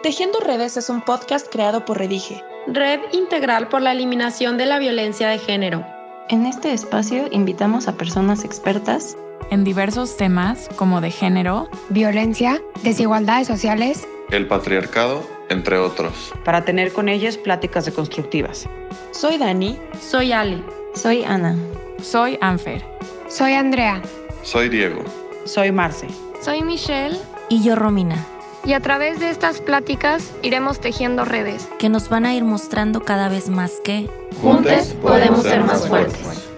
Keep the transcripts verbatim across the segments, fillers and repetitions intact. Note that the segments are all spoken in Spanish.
Tejiendo Redes es un podcast creado por Redige, Red Integral por la Eliminación de la Violencia de Género. En este espacio invitamos a personas expertas en diversos temas como de género, violencia, desigualdades sociales, el patriarcado, entre otros, para tener con ellas pláticas deconstructivas. Soy Dani. Soy Ale. Soy Ana. Soy Anfer. Soy Andrea. Soy Diego. Soy Marce. Soy Michelle. Y yo Romina. Y a través de estas pláticas iremos tejiendo redes que nos van a ir mostrando cada vez más que juntos podemos ser más fuertes.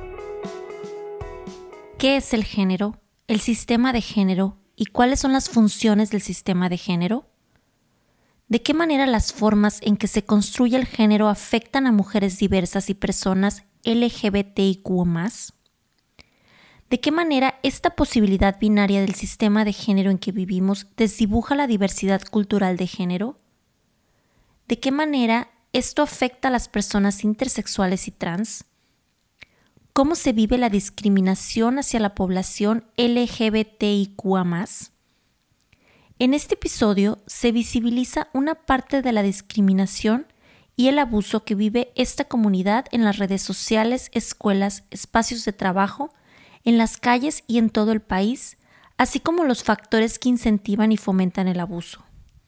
¿Qué es el género? ¿El sistema de género? ¿Y cuáles son las funciones del sistema de género? ¿De qué manera las formas en que se construye el género afectan a mujeres diversas y personas L G B T I Q más? ¿De qué manera esta posibilidad binaria del sistema de género en que vivimos desdibuja la diversidad cultural de género? ¿De qué manera esto afecta a las personas intersexuales y trans? ¿Cómo se vive la discriminación hacia la población L G B T I Q más? En este episodio se visibiliza una parte de la discriminación y el abuso que vive esta comunidad en las redes sociales, escuelas, espacios de trabajo, en las calles y en todo el país, así como los factores que incentivan y fomentan el abuso.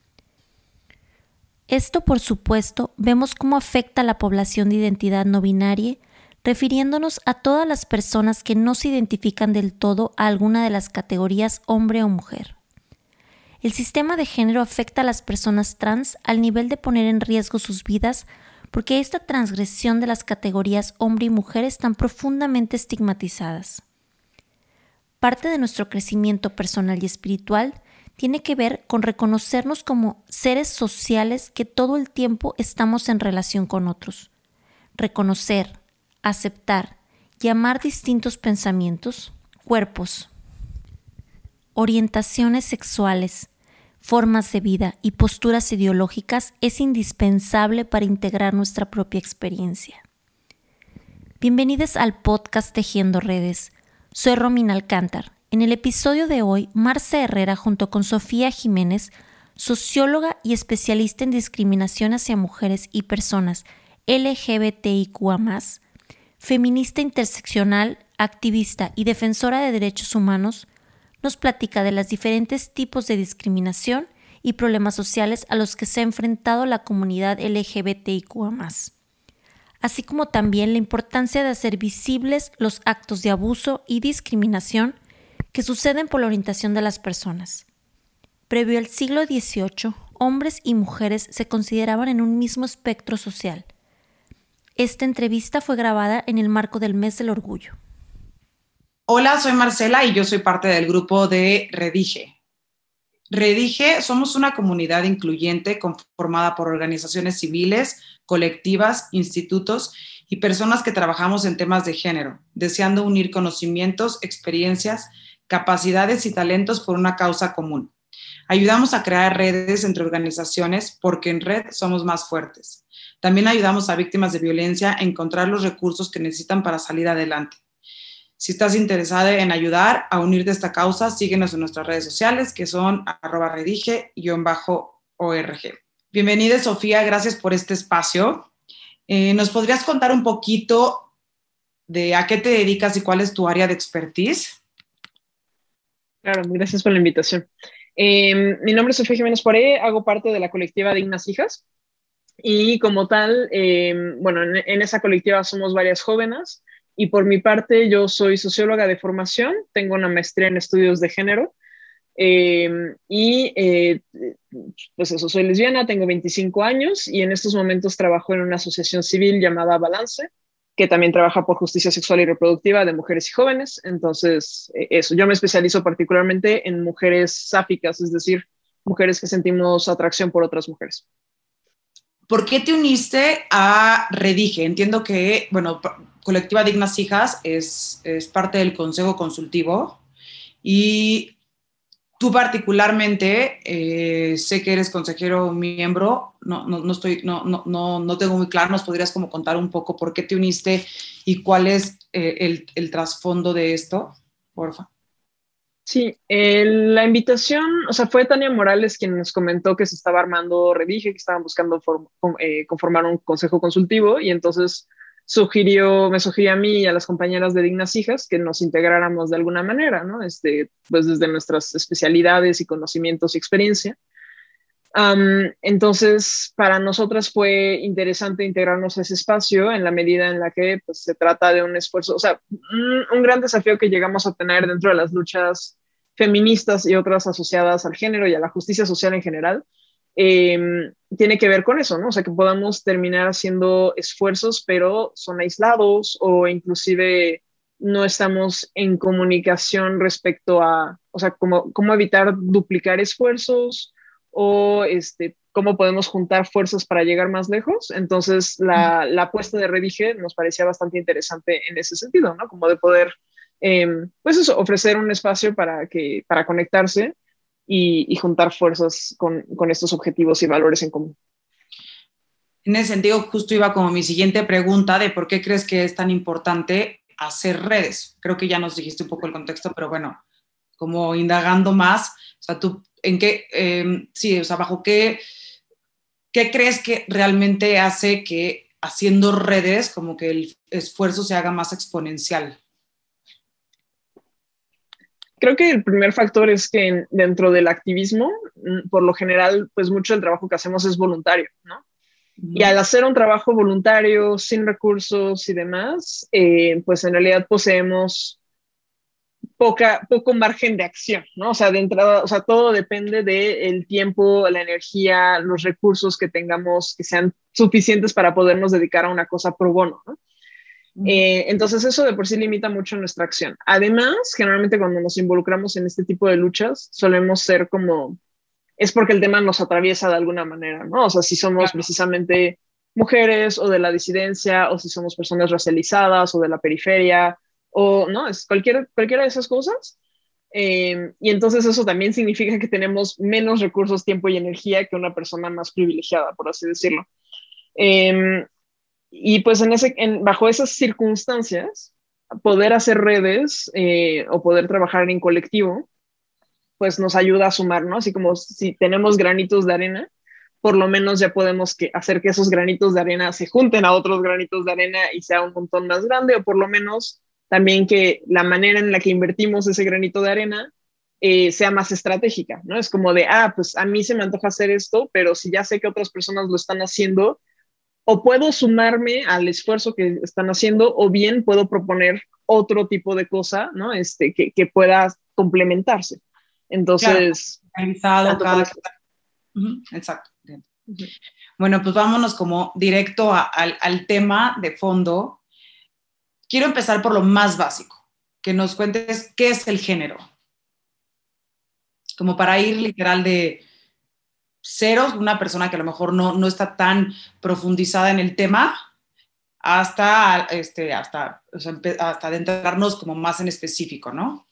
Esto, por supuesto, vemos cómo afecta a la población de identidad no binaria, refiriéndonos a todas las personas que no se identifican del todo a alguna de las categorías hombre o mujer. El sistema de género afecta a las personas trans al nivel de poner en riesgo sus vidas porque esta transgresión de las categorías hombre y mujer están profundamente estigmatizadas. Parte de nuestro crecimiento personal y espiritual tiene que ver con reconocernos como seres sociales que todo el tiempo estamos en relación con otros. Reconocer, aceptar y amar distintos pensamientos, cuerpos, orientaciones sexuales, formas de vida y posturas ideológicas es indispensable para integrar nuestra propia experiencia. Bienvenidos al podcast Tejiendo Redes. Soy Romina Alcántar. En el episodio de hoy, Marce Herrera junto con Sofía Jiménez, socióloga y especialista en discriminación hacia mujeres y personas L G B T I Q más, feminista interseccional, activista y defensora de derechos humanos, nos platica de los diferentes tipos de discriminación y problemas sociales a los que se ha enfrentado la comunidad L G B T I Q más. Así como también la importancia de hacer visibles los actos de abuso y discriminación que suceden por la orientación de las personas. Previo al siglo dieciocho, hombres y mujeres se consideraban en un mismo espectro social. Esta entrevista fue grabada en el marco del Mes del Orgullo. Hola, soy Marcela y yo soy parte del grupo de Redige. Redige somos una comunidad incluyente conformada por organizaciones civiles, colectivas, institutos y personas que trabajamos en temas de género, deseando unir conocimientos, experiencias, capacidades y talentos por una causa común. Ayudamos a crear redes entre organizaciones porque en red somos más fuertes. También ayudamos a víctimas de violencia a encontrar los recursos que necesitan para salir adelante. Si estás interesada en ayudar a unirte a esta causa, síguenos en nuestras redes sociales que son arroba redige-org. Bienvenida, Sofía, gracias por este espacio. Eh, ¿Nos podrías contar un poquito de a qué te dedicas y cuál es tu área de expertise? Claro, gracias por la invitación. Eh, mi nombre es Sofía Jiménez Poré, hago parte de la colectiva Dignas Hijas y como tal, eh, bueno, en, en esa colectiva somos varias jóvenes. Y por mi parte, yo soy socióloga de formación, tengo una maestría en estudios de género eh, y eh, pues eso, soy lesbiana, tengo veinticinco años y en estos momentos trabajo en una asociación civil llamada Balance, que también trabaja por justicia sexual y reproductiva de mujeres y jóvenes. Entonces, eh, eso, yo me especializo particularmente en mujeres sáficas, es decir, mujeres que sentimos atracción por otras mujeres. ¿Por qué te uniste a Redige? Entiendo que, bueno, Colectiva Dignas Hijas es, es parte del Consejo Consultivo y tú particularmente, eh, sé que eres consejero miembro, no, no, no, estoy, no, no, no, no tengo muy claro, ¿nos podrías como contar un poco por qué te uniste y cuál es eh, el, el trasfondo de esto? Porfa. Sí, eh, la invitación, o sea, fue Tania Morales quien nos comentó que se estaba armando Redige, que estaban buscando form, com, eh, conformar un consejo consultivo y entonces sugirió, me sugirió a mí y a las compañeras de Dignas Hijas que nos integráramos de alguna manera, ¿no? Este, pues desde nuestras especialidades y conocimientos y experiencia. Um, entonces, para nosotras fue interesante integrarnos a ese espacio en la medida en la que pues, se trata de un esfuerzo, o sea, un, un gran desafío que llegamos a tener dentro de las luchas feministas y otras asociadas al género y a la justicia social en general, eh, tiene que ver con eso, ¿no? O sea, que podamos terminar haciendo esfuerzos, pero son aislados o inclusive no estamos en comunicación respecto a, o sea, cómo, cómo evitar duplicar esfuerzos o este, cómo podemos juntar fuerzas para llegar más lejos. Entonces, la, la apuesta de Redige nos parecía bastante interesante en ese sentido, ¿no? Como de poder, eh, pues eso, ofrecer un espacio para, que, para conectarse y, y juntar fuerzas con, con estos objetivos y valores en común. En ese sentido, justo iba como mi siguiente pregunta de por qué crees que es tan importante hacer redes. Creo que ya nos dijiste un poco el contexto, pero bueno, como indagando más, o sea, tú, ¿en qué, eh, sí, o sea, bajo qué, qué crees que realmente hace que haciendo redes como que el esfuerzo se haga más exponencial? Creo que el primer factor es que dentro del activismo, por lo general, pues mucho del trabajo que hacemos es voluntario, ¿no? Y al hacer un trabajo voluntario, sin recursos y demás, eh, pues en realidad poseemos poca, poco margen de acción, ¿no? O sea, de entrada, o sea, todo depende del tiempo, la energía, los recursos que tengamos que sean suficientes para podernos dedicar a una cosa pro bono, ¿no? Uh-huh. Eh, entonces eso de por sí limita mucho nuestra acción. Además, generalmente cuando nos involucramos en este tipo de luchas, solemos ser como... es porque el tema nos atraviesa de alguna manera, ¿no? O sea, si somos claro. precisamente mujeres o de la disidencia, o si somos personas racializadas o de la periferia, o no, es cualquier, cualquiera de esas cosas. Eh, y entonces eso también significa que tenemos menos recursos, tiempo y energía que una persona más privilegiada, por así decirlo. Eh, y pues en ese, en, bajo esas circunstancias, poder hacer redes eh, o poder trabajar en colectivo, pues nos ayuda a sumar, ¿no? Así como si tenemos granitos de arena, por lo menos ya podemos que hacer que esos granitos de arena se junten a otros granitos de arena y sea un montón más grande, o por lo menos también que la manera en la que invertimos ese granito de arena eh, sea más estratégica, ¿no? Es como de, ah, pues a mí se me antoja hacer esto, pero si ya sé que otras personas lo están haciendo, o puedo sumarme al esfuerzo que están haciendo, o bien puedo proponer otro tipo de cosa, ¿no? Este, que, que pueda complementarse. Entonces, claro, cada... uh-huh, exacto. Uh-huh. Bueno, pues vámonos como directo a, al, al tema de fondo. Quiero empezar por lo más básico, que nos cuentes qué es el género. Como para ir literal de cero, una persona que a lo mejor no, no está tan profundizada en el tema, hasta, este, hasta, o sea, hasta adentrarnos como más en específico, ¿no?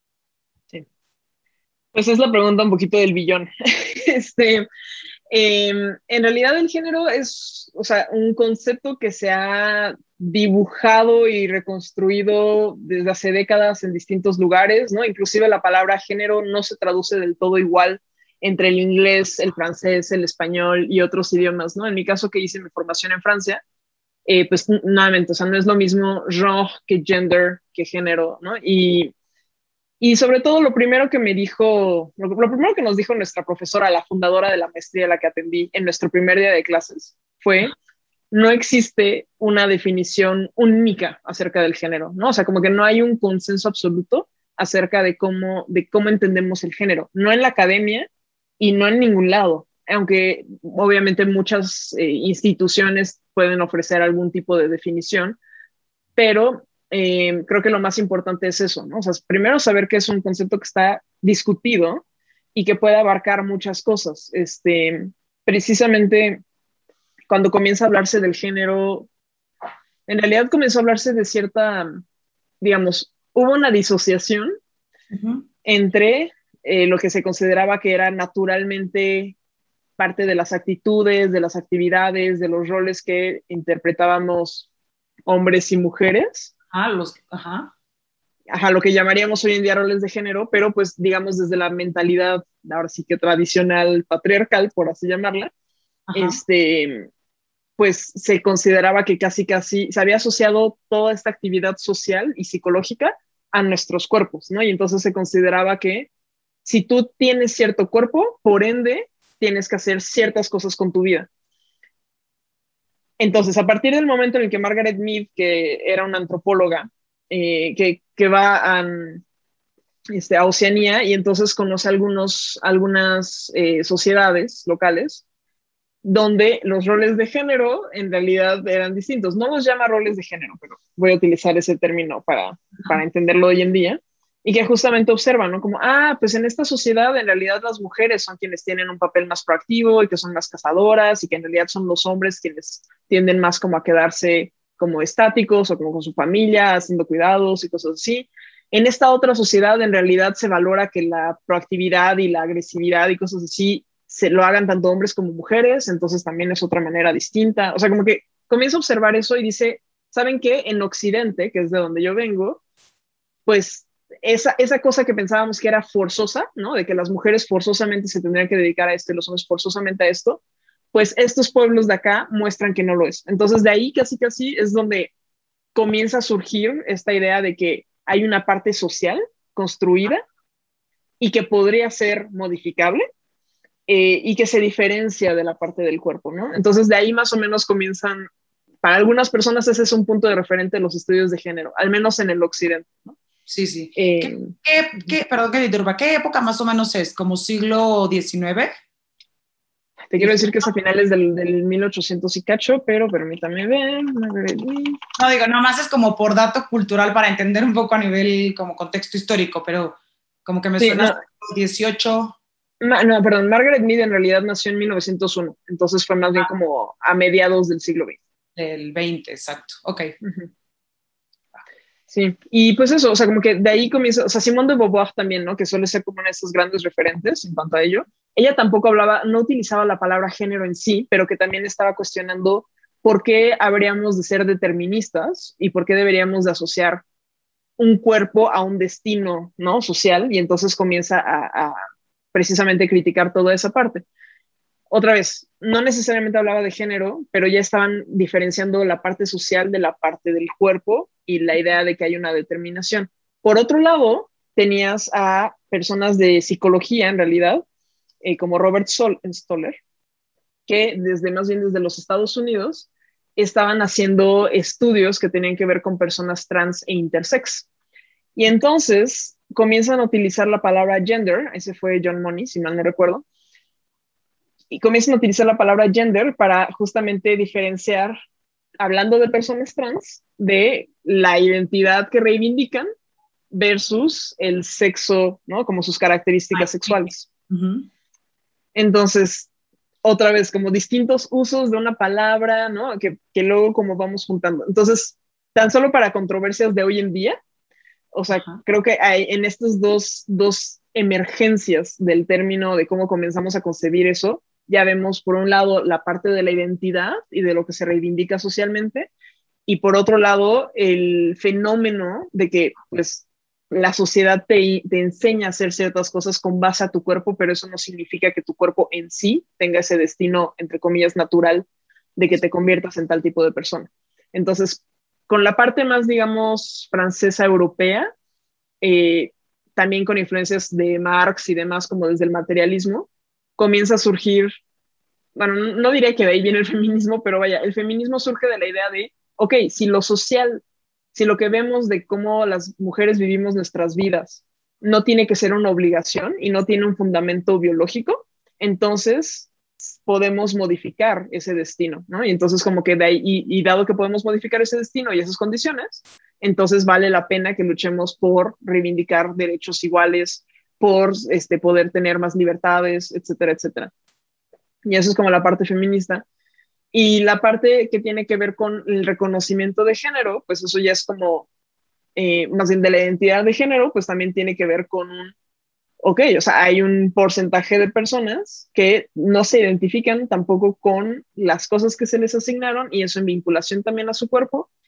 Pues es la pregunta un poquito del billón. este, eh, en realidad el género es, o sea, un concepto que se ha dibujado y reconstruido desde hace décadas en distintos lugares, ¿no? Inclusive la palabra género no se traduce del todo igual entre el inglés, el francés, el español y otros idiomas, ¿no? En mi caso, que hice mi formación en Francia, eh, pues nuevamente, o sea, no es lo mismo genre que gender, que género, ¿no? Y Y sobre todo lo primero que me dijo, lo, lo primero que nos dijo nuestra profesora, la fundadora de la maestría a la que atendí en nuestro primer día de clases, fue: no existe una definición única acerca del género, ¿no? O sea, como que no hay un consenso absoluto acerca de cómo, de cómo entendemos el género, no en la academia y no en ningún lado, aunque obviamente muchas eh, instituciones pueden ofrecer algún tipo de definición, pero Eh, creo que lo más importante es eso, ¿no? O sea, primero saber que es un concepto que está discutido y que puede abarcar muchas cosas. Este, precisamente cuando comienza a hablarse del género, en realidad comenzó a hablarse de cierta, digamos, hubo una disociación uh-huh. entre eh, lo que se consideraba que era naturalmente parte de las actitudes, de las actividades, de los roles que interpretábamos hombres y mujeres. Ah, los, ajá. ajá, lo que llamaríamos hoy en día roles de género, pero pues digamos desde la mentalidad, ahora sí que tradicional, patriarcal, por así llamarla, ajá. este, pues se consideraba que casi casi se había asociado toda esta actividad social y psicológica a nuestros cuerpos, ¿no? Y entonces se consideraba que si tú tienes cierto cuerpo, por ende, tienes que hacer ciertas cosas con tu vida. Entonces, a partir del momento en el que Margaret Mead, que era una antropóloga, eh, que, que va a, este, a Oceanía y entonces conoce algunos, algunas eh, sociedades locales donde los roles de género en realidad eran distintos. No los llama roles de género, pero voy a utilizar ese término para, para entenderlo hoy en día. Y que justamente observan, ¿no? Como, ah, pues en esta sociedad en realidad las mujeres son quienes tienen un papel más proactivo y que son más cazadoras y que en realidad son los hombres quienes tienden más como a quedarse como estáticos o como con su familia, haciendo cuidados y cosas así. En esta otra sociedad en realidad se valora que la proactividad y la agresividad y cosas así se lo hagan tanto hombres como mujeres, entonces también es otra manera distinta. O sea, como que comienza a observar eso y dice, ¿saben qué? En Occidente, que es de donde yo vengo, pues Esa, esa cosa que pensábamos que era forzosa, ¿no? De que las mujeres forzosamente se tendrían que dedicar a esto y los hombres forzosamente a esto, pues estos pueblos de acá muestran que no lo es. Entonces de ahí casi casi es donde comienza a surgir esta idea de que hay una parte social construida y que podría ser modificable eh, y que se diferencia de la parte del cuerpo, ¿no? Entonces de ahí más o menos comienzan, para algunas personas ese es un punto de referente de los estudios de género, al menos en el occidente, ¿no? Sí, sí. Eh, ¿Qué, qué, qué, perdón que te interrumpa, ¿qué época más o menos es? ¿Como siglo diecinueve? Te quiero decir que es a finales del, del mil ochocientos y cacho, pero permítame ver. No, digo, nomás es como por dato cultural para entender un poco a nivel como contexto histórico, pero como que me sí, suena no. dieciocho. No, no, perdón, Margaret Mead en realidad nació en mil novecientos uno, entonces fue más bien ah. como a mediados del siglo veinte. Del veinte, exacto. Ok. Uh-huh. Sí, y pues eso, o sea, como que de ahí comienza, o sea, Simone de Beauvoir también, ¿no? Que suele ser como una de estos grandes referentes en cuanto a ello. Ella tampoco hablaba, no utilizaba la palabra género en sí, pero que también estaba cuestionando por qué habríamos de ser deterministas y por qué deberíamos de asociar un cuerpo a un destino, ¿no? Social, y entonces comienza a, a precisamente criticar toda esa parte. Otra vez, no necesariamente hablaba de género, pero ya estaban diferenciando la parte social de la parte del cuerpo y la idea de que hay una determinación. Por otro lado, tenías a personas de psicología, en realidad, eh, como Robert Sol- Stoller, que desde más bien desde los Estados Unidos estaban haciendo estudios que tenían que ver con personas trans e intersex. Y entonces comienzan a utilizar la palabra gender, ese fue John Money, si mal no recuerdo, y comienzan a utilizar la palabra gender para justamente diferenciar, hablando de personas trans, de la identidad que reivindican versus el sexo, ¿no? Como sus características sexuales. Uh-huh. Entonces, otra vez, como distintos usos de una palabra, ¿no? Que, que luego como vamos juntando. Entonces, tan solo para controversias de hoy en día, o sea, uh-huh. creo que hay en estas dos, dos emergencias del término de cómo comenzamos a concebir eso, ya vemos por un lado la parte de la identidad y de lo que se reivindica socialmente, y por otro lado el fenómeno de que pues la sociedad te, te enseña a hacer ciertas cosas con base a tu cuerpo, pero eso no significa que tu cuerpo en sí tenga ese destino, entre comillas, natural de que te conviertas en tal tipo de persona. Entonces, con la parte más, digamos, francesa europea, eh, también con influencias de Marx y demás, como desde el materialismo, comienza a surgir, bueno, no diré que de ahí viene el feminismo, pero vaya, el feminismo surge de la idea de, ok, si lo social, si lo que vemos de cómo las mujeres vivimos nuestras vidas no tiene que ser una obligación y no tiene un fundamento biológico, entonces podemos modificar ese destino, ¿no? Y entonces como que de ahí, y, y dado que podemos modificar ese destino y esas condiciones, entonces vale la pena que luchemos por reivindicar derechos iguales, por este, poder tener más libertades, etcétera, etcétera. Y eso es como la parte feminista. Y la parte que tiene que ver con el reconocimiento de género, pues eso ya es como, eh, más bien de la identidad de género, pues también tiene que ver con un, ok, o sea, hay un porcentaje de personas que no se identifican tampoco con las cosas que se les asignaron y eso en vinculación también a su cuerpo.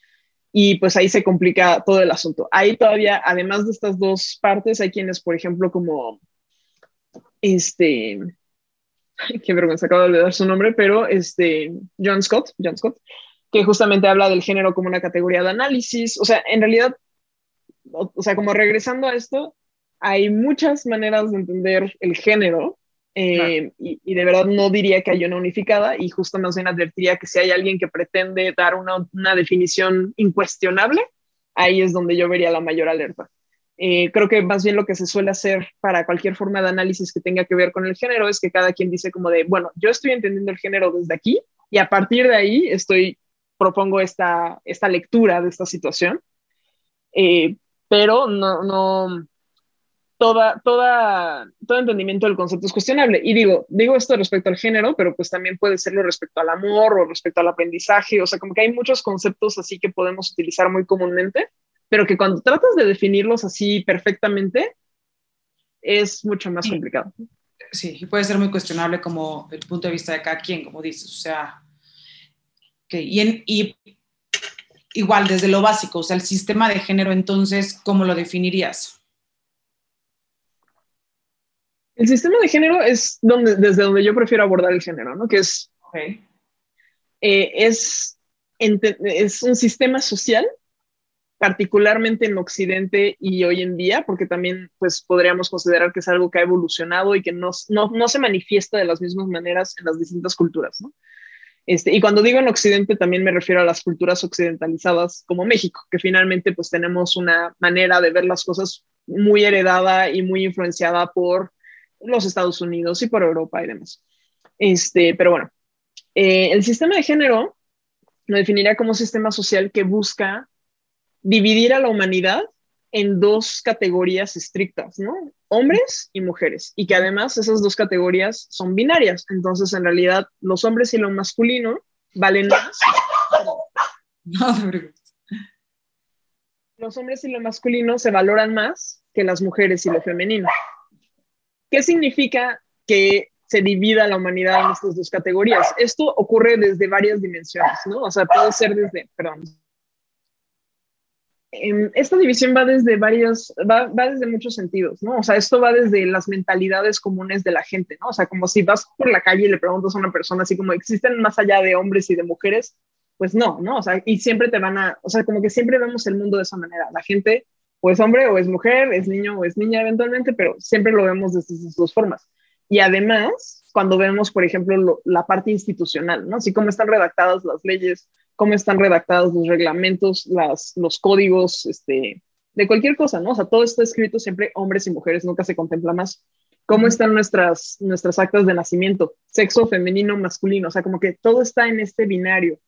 y pues ahí se complica todo el asunto. Ahí todavía, además de estas dos partes, hay quienes, por ejemplo, como este, qué vergüenza, acabo de olvidar su nombre, pero este, John Scott, John Scott, que justamente habla del género como una categoría de análisis. O sea, en realidad, o, o sea, como regresando a esto, hay muchas maneras de entender el género, eh, claro. y, y de verdad no diría que hay una unificada, y justo más bien advertiría que si hay alguien que pretende dar una, una definición incuestionable, ahí es donde yo vería la mayor alerta. Eh, creo que más bien lo que se suele hacer para cualquier forma de análisis que tenga que ver con el género es que cada quien dice como de, bueno, yo estoy entendiendo el género desde aquí, y a partir de ahí estoy, propongo esta, esta lectura de esta situación, eh, pero no... no Toda, toda, todo entendimiento del concepto es cuestionable. Y digo, digo esto respecto al género, pero pues también puede serlo respecto al amor o respecto al aprendizaje. O sea, como que hay muchos conceptos así que podemos utilizar muy comúnmente, pero que cuando tratas de definirlos así perfectamente, es mucho más sí. complicado. Sí, y puede ser muy cuestionable como el punto de vista de cada quien, como dices. O sea, okay. y, en, y igual desde lo básico, o sea, el sistema de género, entonces, ¿cómo lo definirías? El sistema de género es donde, desde donde yo prefiero abordar el género, ¿no? Que es, okay. eh, es, es un sistema social, particularmente en Occidente y hoy en día, porque también pues, podríamos considerar que es algo que ha evolucionado y que no, no, no se manifiesta de las mismas maneras en las distintas culturas, ¿no? Este, y cuando digo en Occidente también me refiero a las culturas occidentalizadas como México, que finalmente pues tenemos una manera de ver las cosas muy heredada y muy influenciada por los Estados Unidos y por Europa y demás. Este, pero bueno, eh, el sistema de género lo definiría como un sistema social que busca dividir a la humanidad en dos categorías estrictas, ¿no? Hombres y mujeres, y que además esas dos categorías son binarias. Entonces, en realidad, los hombres y lo masculino valen más. No, no, los hombres y lo masculino se valoran más que las mujeres y lo femenino. ¿Qué significa que se divida la humanidad en estas dos categorías? Esto ocurre desde varias dimensiones, ¿no? O sea, puede ser desde, perdón. Esta división va desde varios, va, va desde muchos sentidos, ¿no? O sea, esto va desde las mentalidades comunes de la gente, ¿no? O sea, como si vas por la calle y le preguntas a una persona así como, ¿existen más allá de hombres y de mujeres? Pues no, ¿no? O sea, y siempre te van a, o sea, como que siempre vemos el mundo de esa manera. La gente o es hombre o es mujer, es niño o es niña eventualmente, pero siempre lo vemos desde esas dos formas. Y además, cuando vemos, por ejemplo, lo, la parte institucional, ¿no? Así como están redactadas las leyes, cómo están redactados los reglamentos, las, los códigos, este, de cualquier cosa, ¿no? O sea, todo está escrito siempre hombres y mujeres, nunca se contempla más. ¿Cómo están nuestras, nuestras actas de nacimiento? Sexo femenino, masculino, o sea, como que todo está en este binario.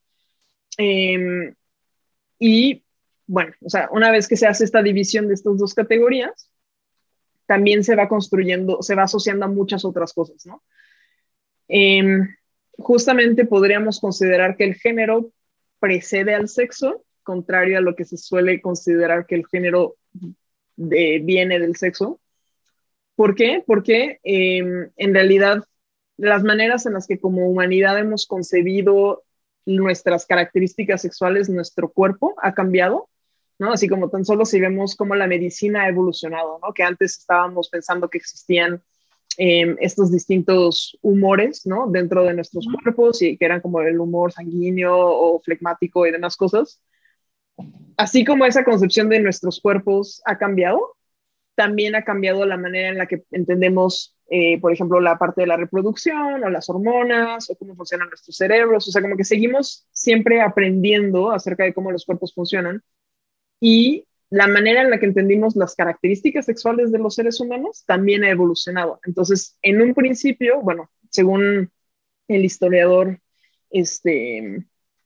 Eh, y bueno, o sea, una vez que se hace esta división de estas dos categorías, también se va construyendo, se va asociando a muchas otras cosas, ¿no? Eh, justamente podríamos considerar que el género precede al sexo, contrario a lo que se suele considerar que el género de, viene del sexo. ¿Por qué? Porque eh, en realidad las maneras en las que como humanidad hemos concebido nuestras características sexuales, nuestro cuerpo ha cambiado, ¿no? Así como tan solo si vemos cómo la medicina ha evolucionado, ¿no? Que antes estábamos pensando que existían eh, estos distintos humores, ¿no? Dentro de nuestros cuerpos y que eran como el humor sanguíneo o flegmático y demás cosas. Así como esa concepción de nuestros cuerpos ha cambiado, también ha cambiado la manera en la que entendemos, eh, por ejemplo, la parte de la reproducción o las hormonas o cómo funcionan nuestros cerebros. O sea, como que seguimos siempre aprendiendo acerca de cómo los cuerpos funcionan. Y la manera en la que entendimos las características sexuales de los seres humanos también ha evolucionado. Entonces, en un principio, bueno, según el historiador, este...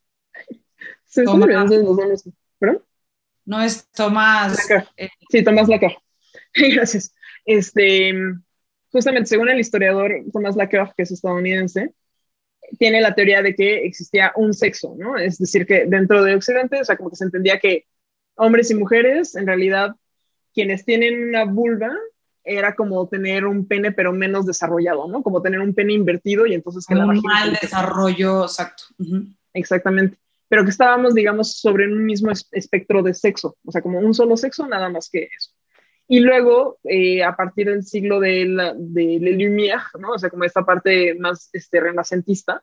¿Se Tomás, los ¿Perdón? No es Tomás... Eh, sí, Tomás Lacan. Gracias. Este, justamente, según el historiador Tomás Lacan, que es estadounidense, tiene la teoría de que existía un sexo, ¿no? Es decir, que dentro de Occidente, o sea, como que se entendía que hombres y mujeres, en realidad, quienes tienen una vulva, era como tener un pene, pero menos desarrollado, ¿no? Como tener un pene invertido y entonces que un la vagina... mal desarrollo, exacto. Uh-huh. Exactamente. pero que estábamos, digamos, sobre un mismo es- espectro de sexo, o sea, como un solo sexo, nada más que eso. Y luego, eh, a partir del siglo de, la, de Le Lumière, ¿no? O sea, como esta parte más este, renacentista,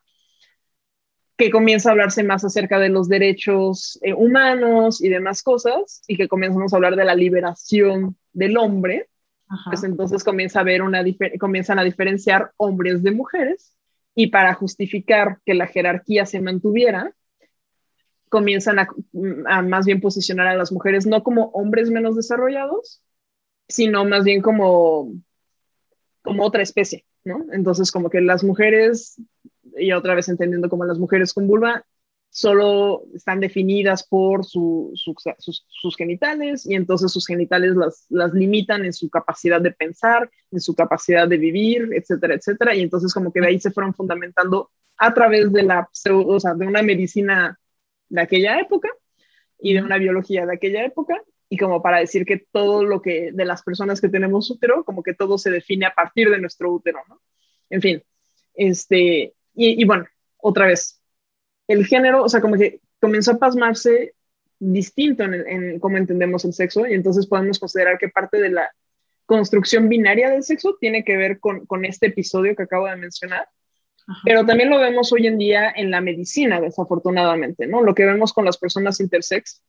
que comienza a hablarse más acerca de los derechos eh, humanos y demás cosas, y que comenzamos a hablar de la liberación del hombre, Ajá. pues entonces comienza a haber una difer- comienzan a diferenciar hombres de mujeres, y para justificar que la jerarquía se mantuviera, comienzan a, a más bien posicionar a las mujeres no como hombres menos desarrollados, sino más bien como, como otra especie, ¿no? Entonces, como que las mujeres, y otra vez entendiendo como las mujeres con vulva, solo están definidas por su, su, sus, sus genitales, y entonces sus genitales las, las limitan en su capacidad de pensar, en su capacidad de vivir, etcétera, etcétera, y entonces como que de ahí se fueron fundamentando a través de la, o sea, de una medicina de aquella época y de una biología de aquella época, y como para decir que todo lo que de las personas que tenemos útero, como que todo se define a partir de nuestro útero, ¿no? En fin, este, y, y bueno, otra vez, el género, o sea, como que comenzó a pasmarse distinto en, en cómo entendemos el sexo, y entonces podemos considerar que parte de la construcción binaria del sexo tiene que ver con, con este episodio que acabo de mencionar. Ajá. Pero también lo vemos hoy en día en la medicina, desafortunadamente, ¿no? Lo que vemos con las personas intersex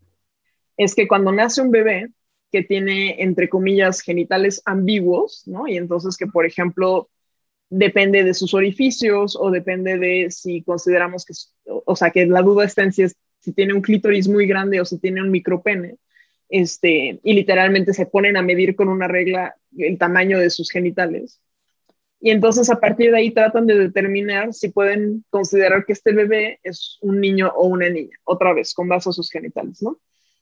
es que cuando nace un bebé que tiene, entre comillas, genitales ambiguos, ¿no? Y entonces que, por ejemplo, depende de sus orificios, o depende de si consideramos que, o sea, que la duda está en si, es, si tiene un clítoris muy grande o si tiene un micropene, este, y literalmente se ponen a medir con una regla el tamaño de sus genitales. Y entonces a partir de ahí tratan de determinar si pueden considerar que este bebé es un niño o una niña, otra vez, con base a sus genitales, ¿no?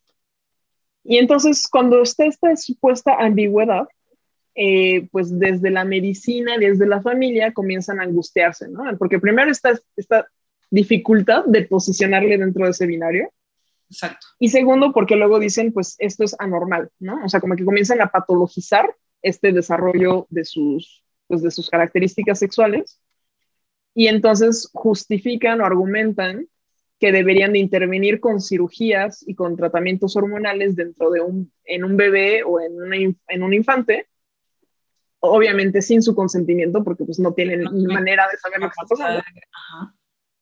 Y entonces cuando está esta supuesta ambigüedad, eh, pues desde la medicina, desde la familia, comienzan a angustiarse, ¿no? Porque primero está esta dificultad de posicionarle dentro de ese binario. Exacto. Y segundo, porque luego dicen, pues esto es anormal, ¿no? O sea, como que comienzan a patologizar este desarrollo de sus, pues, de sus características sexuales, y entonces justifican o argumentan que deberían de intervenir con cirugías y con tratamientos hormonales dentro de un, en un bebé o en, una, en un infante, obviamente sin su consentimiento, porque pues no tienen no, manera de saber lo que está pasando. Ajá.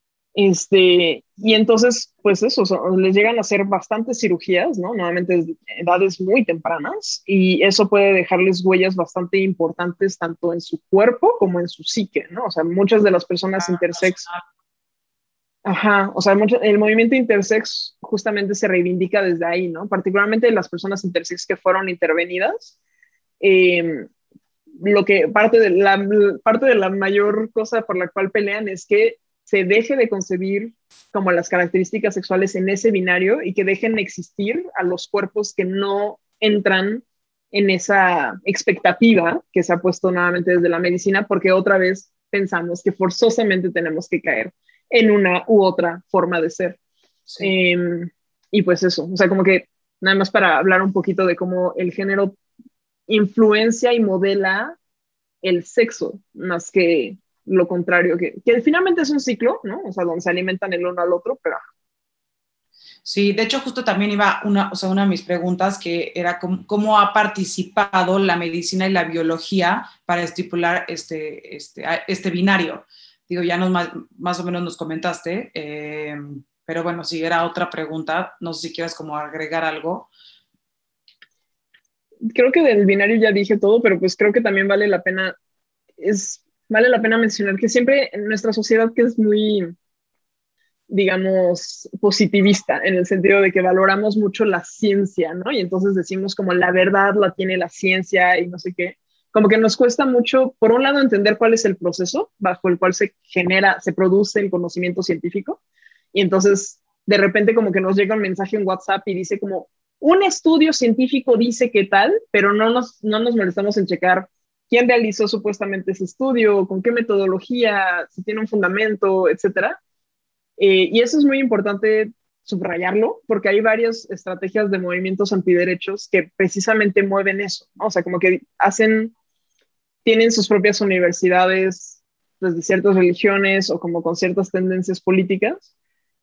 Este, y entonces, pues eso, so, les llegan a hacer bastantes cirugías, ¿no? Nuevamente desde edades muy tempranas, y eso puede dejarles huellas bastante importantes tanto en su cuerpo como en su psique, ¿no? O sea, muchas de las personas ah, intersex... Ajá, o sea, mucho, el movimiento intersex justamente se reivindica desde ahí, ¿no? Particularmente las personas intersex que fueron intervenidas, eh, lo que parte de, la, parte de la mayor cosa por la cual pelean es que se deje de concebir como las características sexuales en ese binario, y que dejen de existir a los cuerpos que no entran en esa expectativa que se ha puesto nuevamente desde la medicina, porque otra vez pensamos que forzosamente tenemos que caer en una u otra forma de ser. Sí. Eh, y pues eso, o sea, como que nada más para hablar un poquito de cómo el género influencia y modela el sexo, más que lo contrario, que, que finalmente es un ciclo, ¿no? O sea, donde se alimentan el uno al otro, pero... Sí, de hecho justo también iba una, o sea, una de mis preguntas, que era cómo, cómo ha participado la medicina y la biología para estipular este, este, este binario. Digo, ya nos, más, más o menos nos comentaste, eh, pero bueno, si era otra pregunta, no sé si quieres como agregar algo. Creo que del binario ya dije todo, pero pues creo que también vale la pena, es, vale la pena mencionar que siempre en nuestra sociedad, que es muy, digamos, positivista, en el sentido de que valoramos mucho la ciencia, ¿no? Y entonces decimos como la verdad la tiene la ciencia y no sé qué. Como que nos cuesta mucho, por un lado, entender cuál es el proceso bajo el cual se genera, se produce el conocimiento científico, y entonces de repente como que nos llega un mensaje en WhatsApp y dice como, un estudio científico dice que tal, pero no nos, no nos molestamos en checar quién realizó supuestamente ese estudio, con qué metodología, si tiene un fundamento, etcétera. Eh, y eso es muy importante subrayarlo, porque hay varias estrategias de movimientos antiderechos que precisamente mueven eso, ¿no? O sea, como que hacen... tienen sus propias universidades desde ciertas religiones o como con ciertas tendencias políticas,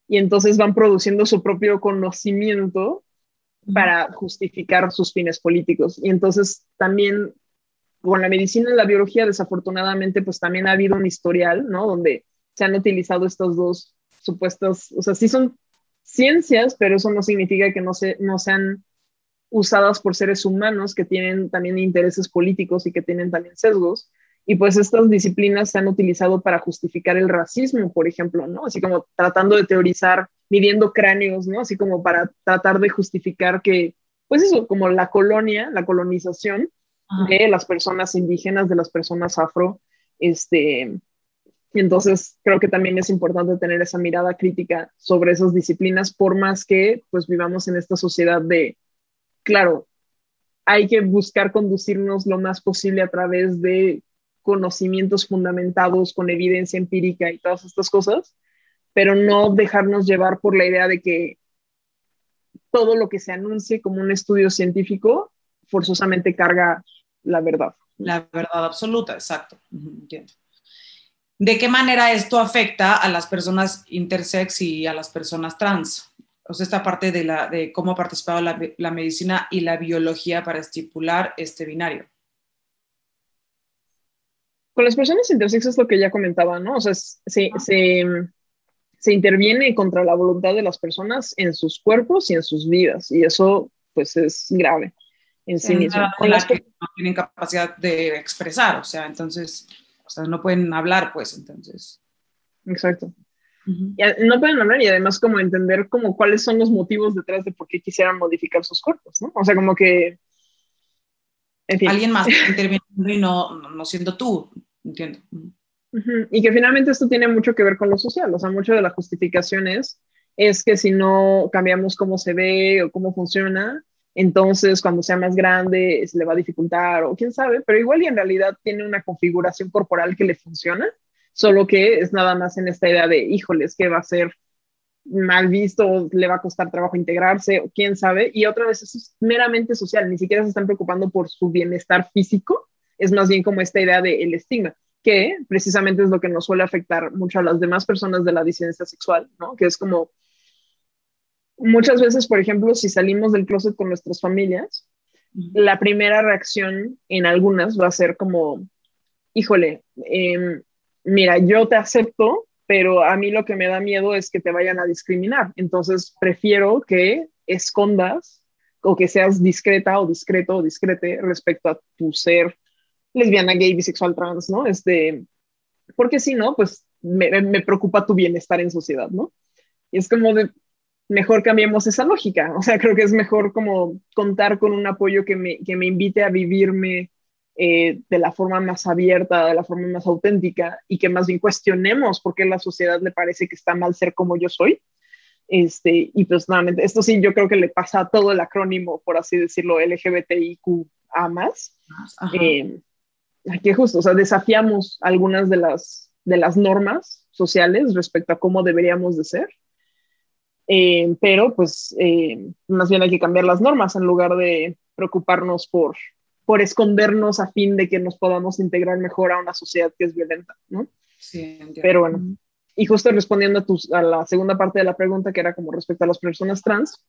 y entonces van produciendo su propio conocimiento para justificar sus fines políticos. Y entonces también con la medicina y la biología, desafortunadamente, pues también ha habido un historial, ¿no? Donde se han utilizado estos dos supuestos, o sea, sí son ciencias, pero eso no significa que no, se, no sean usadas por seres humanos que tienen también intereses políticos y que tienen también sesgos. Y pues estas disciplinas se han utilizado para justificar el racismo, por ejemplo, ¿no? Así como tratando de teorizar, midiendo cráneos, ¿no? Así como para tratar de justificar que, pues eso, como la colonia, la colonización ah. de las personas indígenas, de las personas afro, este... Entonces, creo que también es importante tener esa mirada crítica sobre esas disciplinas, por más que pues vivamos en esta sociedad de, claro, hay que buscar conducirnos lo más posible a través de conocimientos fundamentados con evidencia empírica y todas estas cosas, pero no dejarnos llevar por la idea de que todo lo que se anuncie como un estudio científico forzosamente carga la verdad. La verdad absoluta, exacto. Entiendo. ¿De qué manera esto afecta a las personas intersex y a las personas trans? O sea, esta parte de, la, de cómo ha participado la, la medicina y la biología para estipular este binario. Con las personas intersex es lo que ya comentaba, ¿no? O sea, se, ah. se, se interviene contra la voluntad de las personas en sus cuerpos y en sus vidas, y eso, pues, es grave en sí mismo. Con las que no tienen capacidad de expresar, o sea, entonces... O sea, no pueden hablar, pues, entonces. Exacto. Uh-huh. Y no pueden hablar y además como entender como cuáles son los motivos detrás de por qué quisieran modificar sus cuerpos, ¿no? O sea, como que... En fin. Alguien más interviniendo y no, no siendo tú, entiendo. Uh-huh. Y que finalmente esto tiene mucho que ver con lo social. O sea, mucho de la justificación es, es que si no cambiamos cómo se ve o cómo funciona, entonces cuando sea más grande se le va a dificultar o quién sabe, pero igual y en realidad tiene una configuración corporal que le funciona, solo que es nada más en esta idea de, híjoles, que va a ser mal visto, le va a costar trabajo integrarse o quién sabe, y otra vez eso es meramente social, ni siquiera se están preocupando por su bienestar físico, es más bien como esta idea del estigma, que precisamente es lo que nos suele afectar mucho a las demás personas de la disidencia sexual, ¿no? Que es como muchas veces, por ejemplo, si salimos del closet con nuestras familias, uh-huh. la primera reacción en algunas va a ser como, híjole, eh, mira, yo te acepto, pero a mí lo que me da miedo es que te vayan a discriminar. Entonces, prefiero que escondas o que seas discreta o discreto o discrete respecto a tu ser lesbiana, gay, bisexual, trans, ¿no? Este, porque si no, pues me, me preocupa tu bienestar en sociedad, ¿no? Y es como de... mejor cambiemos esa lógica. O sea, creo que es mejor como contar con un apoyo que me, que me invite a vivirme eh, de la forma más abierta, de la forma más auténtica, y que más bien cuestionemos por qué a la sociedad le parece que está mal ser como yo soy. Este, y pues nuevamente, esto sí yo creo que le pasa a todo el acrónimo, por así decirlo, L G B T I Q A más. Eh, aquí justo, o sea, desafiamos algunas de las, de las normas sociales respecto a cómo deberíamos de ser. Eh, pero pues eh, más bien hay que cambiar las normas en lugar de preocuparnos por, por escondernos a fin de que nos podamos integrar mejor a una sociedad que es violenta, ¿no? Sí, entiendo. Pero bueno, y justo respondiendo a, tus, a la segunda parte de la pregunta, que era como respecto a las personas trans,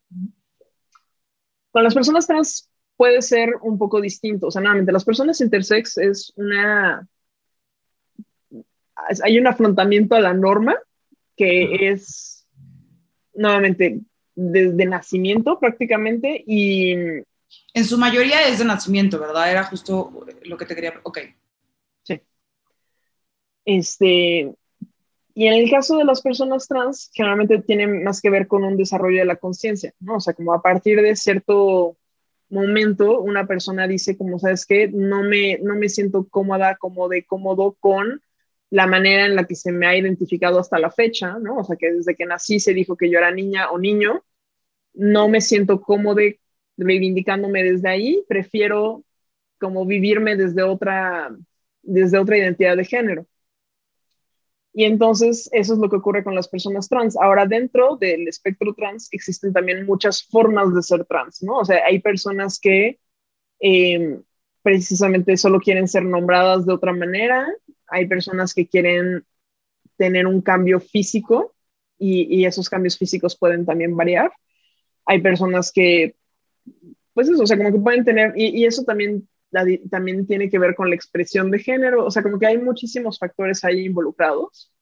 con las personas trans puede ser un poco distinto. O sea, nuevamente, las personas intersex es una... hay un afrontamiento a la norma que uh-huh. es nuevamente desde nacimiento prácticamente, y en su mayoría es de nacimiento, ¿verdad? Era justo lo que te quería... Ok. Sí. Este, y en el caso de las personas trans, generalmente tiene más que ver con un desarrollo de la conciencia, ¿no? O sea, como a partir de cierto momento, una persona dice como, ¿sabes qué? No me, no me siento cómoda, cómodo, cómodo con la manera en la que se me ha identificado hasta la fecha, ¿no? O sea, que desde que nací se dijo que yo era niña o niño, no me siento cómodo reivindicándome desde ahí, prefiero como vivirme desde otra, desde otra identidad de género. Y entonces eso es lo que ocurre con las personas trans. Ahora, dentro del espectro trans existen también muchas formas de ser trans, ¿no? O sea, hay personas que eh, precisamente solo quieren ser nombradas de otra manera, hay personas que quieren tener un cambio físico y, y esos cambios físicos pueden también variar. Hay personas que, pues eso, o sea, como que pueden tener, y, y eso también, la, también tiene que ver con la expresión de género, o sea, como que hay muchísimos factores ahí involucrados.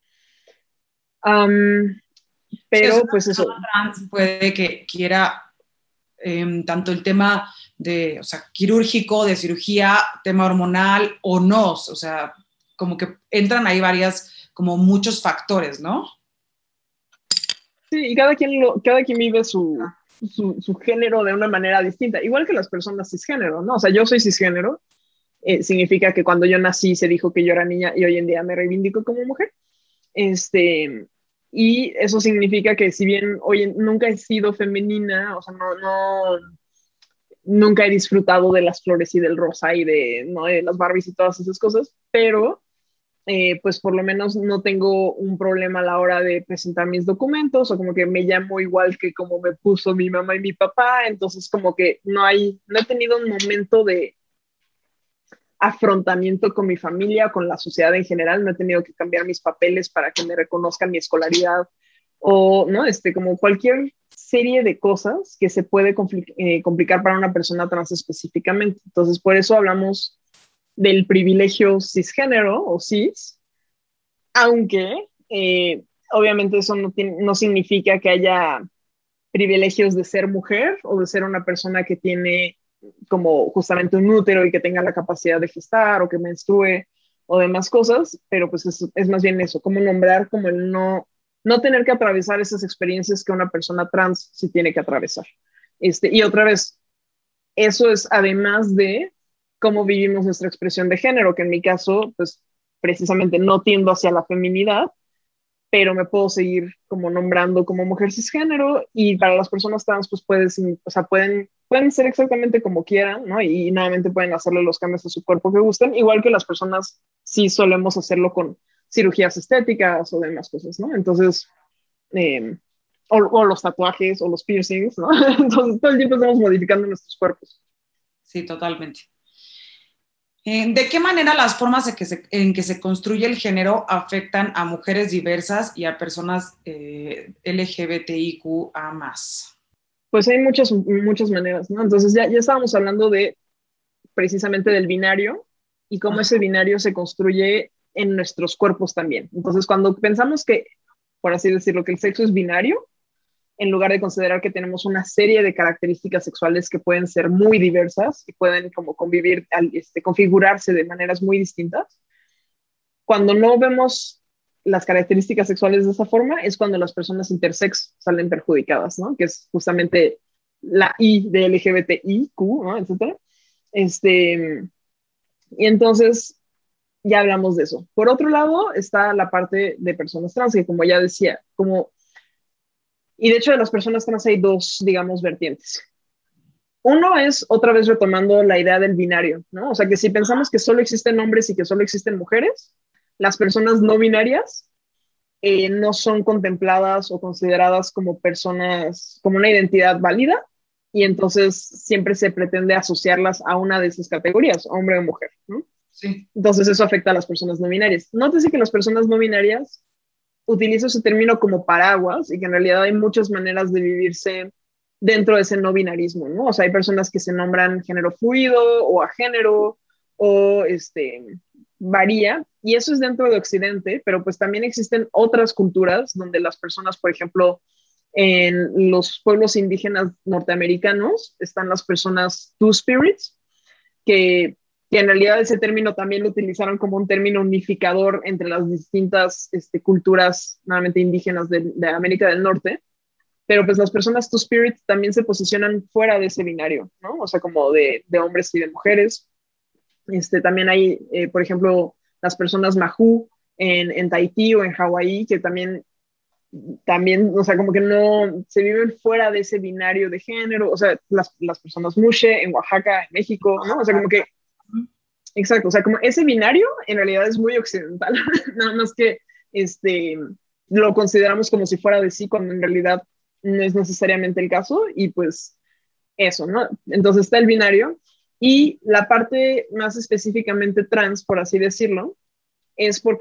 Um, pero, sí, pues eso. Trans puede que quiera eh, tanto el tema de, o sea, quirúrgico, de cirugía, tema hormonal o no, o sea, como que entran ahí varias, como muchos factores, ¿no? Sí, y cada quien, lo, cada quien vive su, su, su género de una manera distinta, igual que las personas cisgénero, ¿no? O sea, yo soy cisgénero, eh, significa que cuando yo nací se dijo que yo era niña y hoy en día me reivindico como mujer. Este, y eso significa que si bien hoy en, nunca he sido femenina, o sea, no, no, nunca he disfrutado de las flores y del rosa y de, ¿no?, de las Barbies y todas esas cosas, pero eh, pues por lo menos no tengo un problema a la hora de presentar mis documentos, o como que me llamo igual que como me puso mi mamá y mi papá, entonces como que no hay, no he tenido un momento de afrontamiento con mi familia o con la sociedad en general, no he tenido que cambiar mis papeles para que me reconozcan mi escolaridad o, ¿no? Este, como cualquier serie de cosas que se puede compli- eh, complicar para una persona trans específicamente. Entonces, por eso hablamos del privilegio cisgénero o cis, aunque eh, obviamente eso no, tiene, no significa que haya privilegios de ser mujer o de ser una persona que tiene como justamente un útero y que tenga la capacidad de gestar o que menstrue o demás cosas, pero pues es, es más bien eso, como nombrar como el no, no tener que atravesar esas experiencias que una persona trans sí tiene que atravesar. Este, y otra vez, eso es además de cómo vivimos nuestra expresión de género, que en mi caso, pues precisamente no tiendo hacia la feminidad, pero me puedo seguir como nombrando como mujer cisgénero, y para las personas trans pues puedes, o sea, pueden, pueden ser exactamente como quieran, ¿no? Y, y nuevamente pueden hacerle los cambios a su cuerpo que gusten, igual que las personas sí solemos hacerlo con cirugías estéticas o demás cosas, ¿no? Entonces, eh, o, o los tatuajes o los piercings, ¿no? Entonces todo el tiempo estamos modificando nuestros cuerpos. Sí, totalmente. ¿De qué manera las formas en que se, en que se construye el género afectan a mujeres diversas y a personas eh, L G B T I Q A más? Pues hay muchas, muchas maneras, ¿no? Entonces ya, ya estábamos hablando de precisamente del binario y cómo ese binario se construye en nuestros cuerpos también. Entonces cuando pensamos que, por así decirlo, que el sexo es binario, en lugar de considerar que tenemos una serie de características sexuales que pueden ser muy diversas y pueden como convivir, este, configurarse de maneras muy distintas. Cuando no vemos las características sexuales de esa forma, es cuando las personas intersex salen perjudicadas, ¿no? Que es justamente la I de L G B T I Q, ¿no? Etcétera. Este, y entonces ya hablamos de eso. Por otro lado está la parte de personas trans, que como ya decía, como y de hecho de las personas trans hay dos, digamos, vertientes. Uno es, otra vez retomando la idea del binario, ¿no? O sea, que si pensamos que solo existen hombres y que solo existen mujeres, las personas no binarias eh, no son contempladas o consideradas como personas, como una identidad válida, y entonces siempre se pretende asociarlas a una de esas categorías, hombre o mujer, ¿no? Sí. Entonces eso afecta a las personas no binarias. Nótese que las personas no binarias utilizo ese término como paraguas y que en realidad hay muchas maneras de vivirse dentro de ese no binarismo, ¿no? O sea, hay personas que se nombran género fluido o agénero o este, varía, y eso es dentro de Occidente, pero pues también existen otras culturas donde las personas, por ejemplo, en los pueblos indígenas norteamericanos están las personas two-spirits, que que en realidad ese término también lo utilizaron como un término unificador entre las distintas este, culturas, nuevamente indígenas de, de América del Norte, pero pues las personas Two-Spirit también se posicionan fuera de ese binario, ¿no? O sea, como de, de hombres y de mujeres. Este, también hay, eh, por ejemplo, las personas Mahu en, en Tahití o en Hawái, que también, también, o sea, como que no, se viven fuera de ese binario de género, o sea, las, las personas Mushe en Oaxaca, en México, ¿no? O sea, como que exacto, o sea, como ese binario en realidad es muy occidental, nada más que este, lo consideramos como si fuera de sí, cuando en realidad no es necesariamente el caso, y pues eso, ¿no? Entonces está el binario, y la parte más específicamente trans, por así decirlo, es porque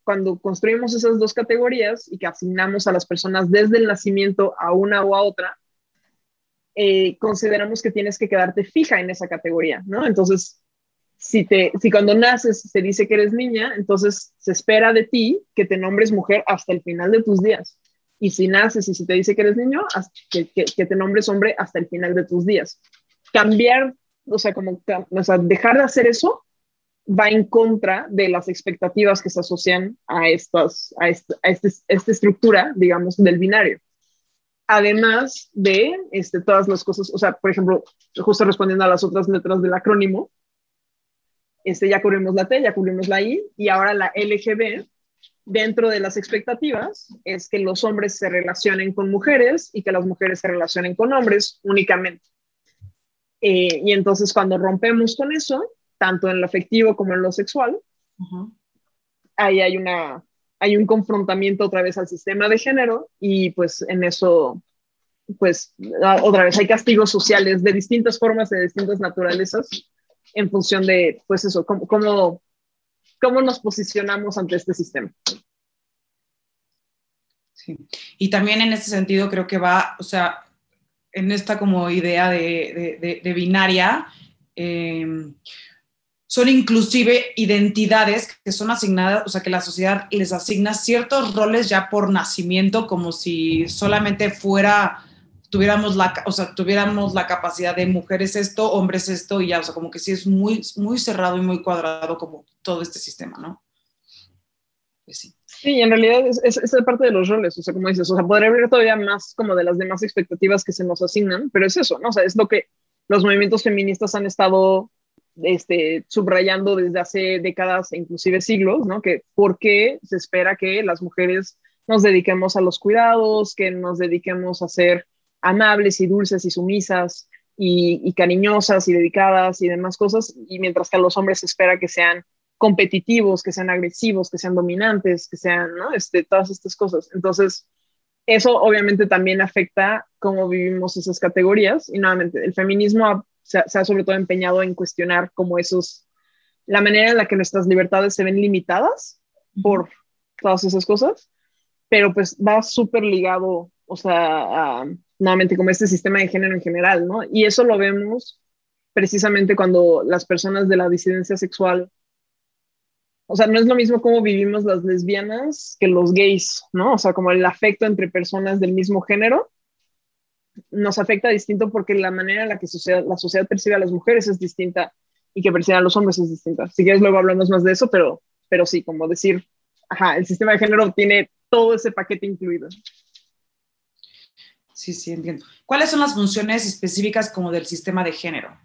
cuando construimos esas dos categorías y que asignamos a las personas desde el nacimiento a una o a otra, eh, consideramos que tienes que quedarte fija en esa categoría, ¿no? Entonces, si, te, si cuando naces se dice que eres niña, entonces se espera de ti que te nombres mujer hasta el final de tus días. Y si naces y si te dice que eres niño, que, que, que te nombres hombre hasta el final de tus días. Cambiar, o sea, como, o sea, dejar de hacer eso va en contra de las expectativas que se asocian a, estas, a, este, a este, esta estructura, digamos, del binario. Además de este, todas las cosas, o sea, por ejemplo, justo respondiendo a las otras letras del acrónimo, este, ya cubrimos la T, ya cubrimos la I, y ahora la L G B, dentro de las expectativas, es que los hombres se relacionen con mujeres y que las mujeres se relacionen con hombres únicamente. Eh, y entonces cuando rompemos con eso, tanto en lo afectivo como en lo sexual, uh-huh. ahí hay, una, hay un confrontamiento otra vez al sistema de género y pues en eso, pues otra vez hay castigos sociales de distintas formas, de distintas naturalezas, en función de, pues eso, cómo, cómo, cómo nos posicionamos ante este sistema. Sí, y también en ese sentido creo que va, o sea, en esta como idea de, de, de, de binaria, eh, son inclusive identidades que son asignadas, o sea, que la sociedad les asigna ciertos roles ya por nacimiento, como si solamente fuera, tuviéramos la, o sea, tuviéramos la capacidad de mujeres esto, hombres esto, y ya, o sea, como que sí es muy, muy cerrado y muy cuadrado como todo este sistema, ¿no? Pues sí. Sí, en realidad es, es, es parte de los roles, o sea, como dices, o sea, podría haber todavía más como de las demás expectativas que se nos asignan, pero es eso, ¿no? O sea, es lo que los movimientos feministas han estado este, subrayando desde hace décadas e inclusive siglos, ¿no? Que por qué se espera que las mujeres nos dediquemos a los cuidados, que nos dediquemos a ser amables y dulces y sumisas y, y cariñosas y dedicadas y demás cosas, y mientras que a los hombres se espera que sean competitivos, que sean agresivos, que sean dominantes, que sean, ¿no? Este, todas estas cosas. Entonces, eso obviamente también afecta cómo vivimos esas categorías, y nuevamente, el feminismo ha, se, ha, se ha sobre todo empeñado en cuestionar cómo esos, la manera en la que nuestras libertades se ven limitadas por todas esas cosas, pero pues va súper ligado, o sea, a, nuevamente como este sistema de género en general, ¿no? Y eso lo vemos precisamente cuando las personas de la disidencia sexual, o sea, no es lo mismo cómo vivimos las lesbianas que los gays, ¿no? O sea, como el afecto entre personas del mismo género nos afecta distinto porque la manera en la que sociedad, la sociedad percibe a las mujeres es distinta y que percibe a los hombres es distinta. Si quieres luego hablamos más de eso, pero, pero sí, como decir, ajá, el sistema de género tiene todo ese paquete incluido. Sí, sí, entiendo. ¿Cuáles son las funciones específicas como del sistema de género?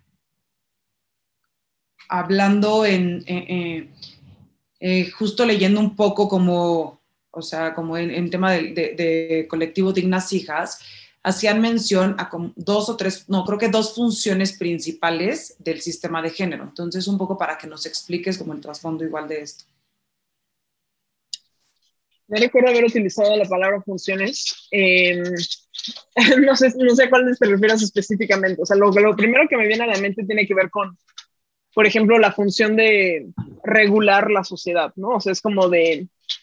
Hablando en... Eh, eh, Eh, justo leyendo un poco como, o sea, como en, en tema de, de, de colectivo Dignas Hijas, hacían mención a como dos o tres, no, creo que dos funciones principales del sistema de género. Entonces, un poco para que nos expliques como el trasfondo igual de esto. No recuerdo haber utilizado la palabra funciones. Eh, no sé, no sé a cuáles te refieres específicamente. O sea, lo, lo primero que me viene a la mente tiene que ver con, por ejemplo, la función de regular la sociedad, ¿no? O sea, es como de...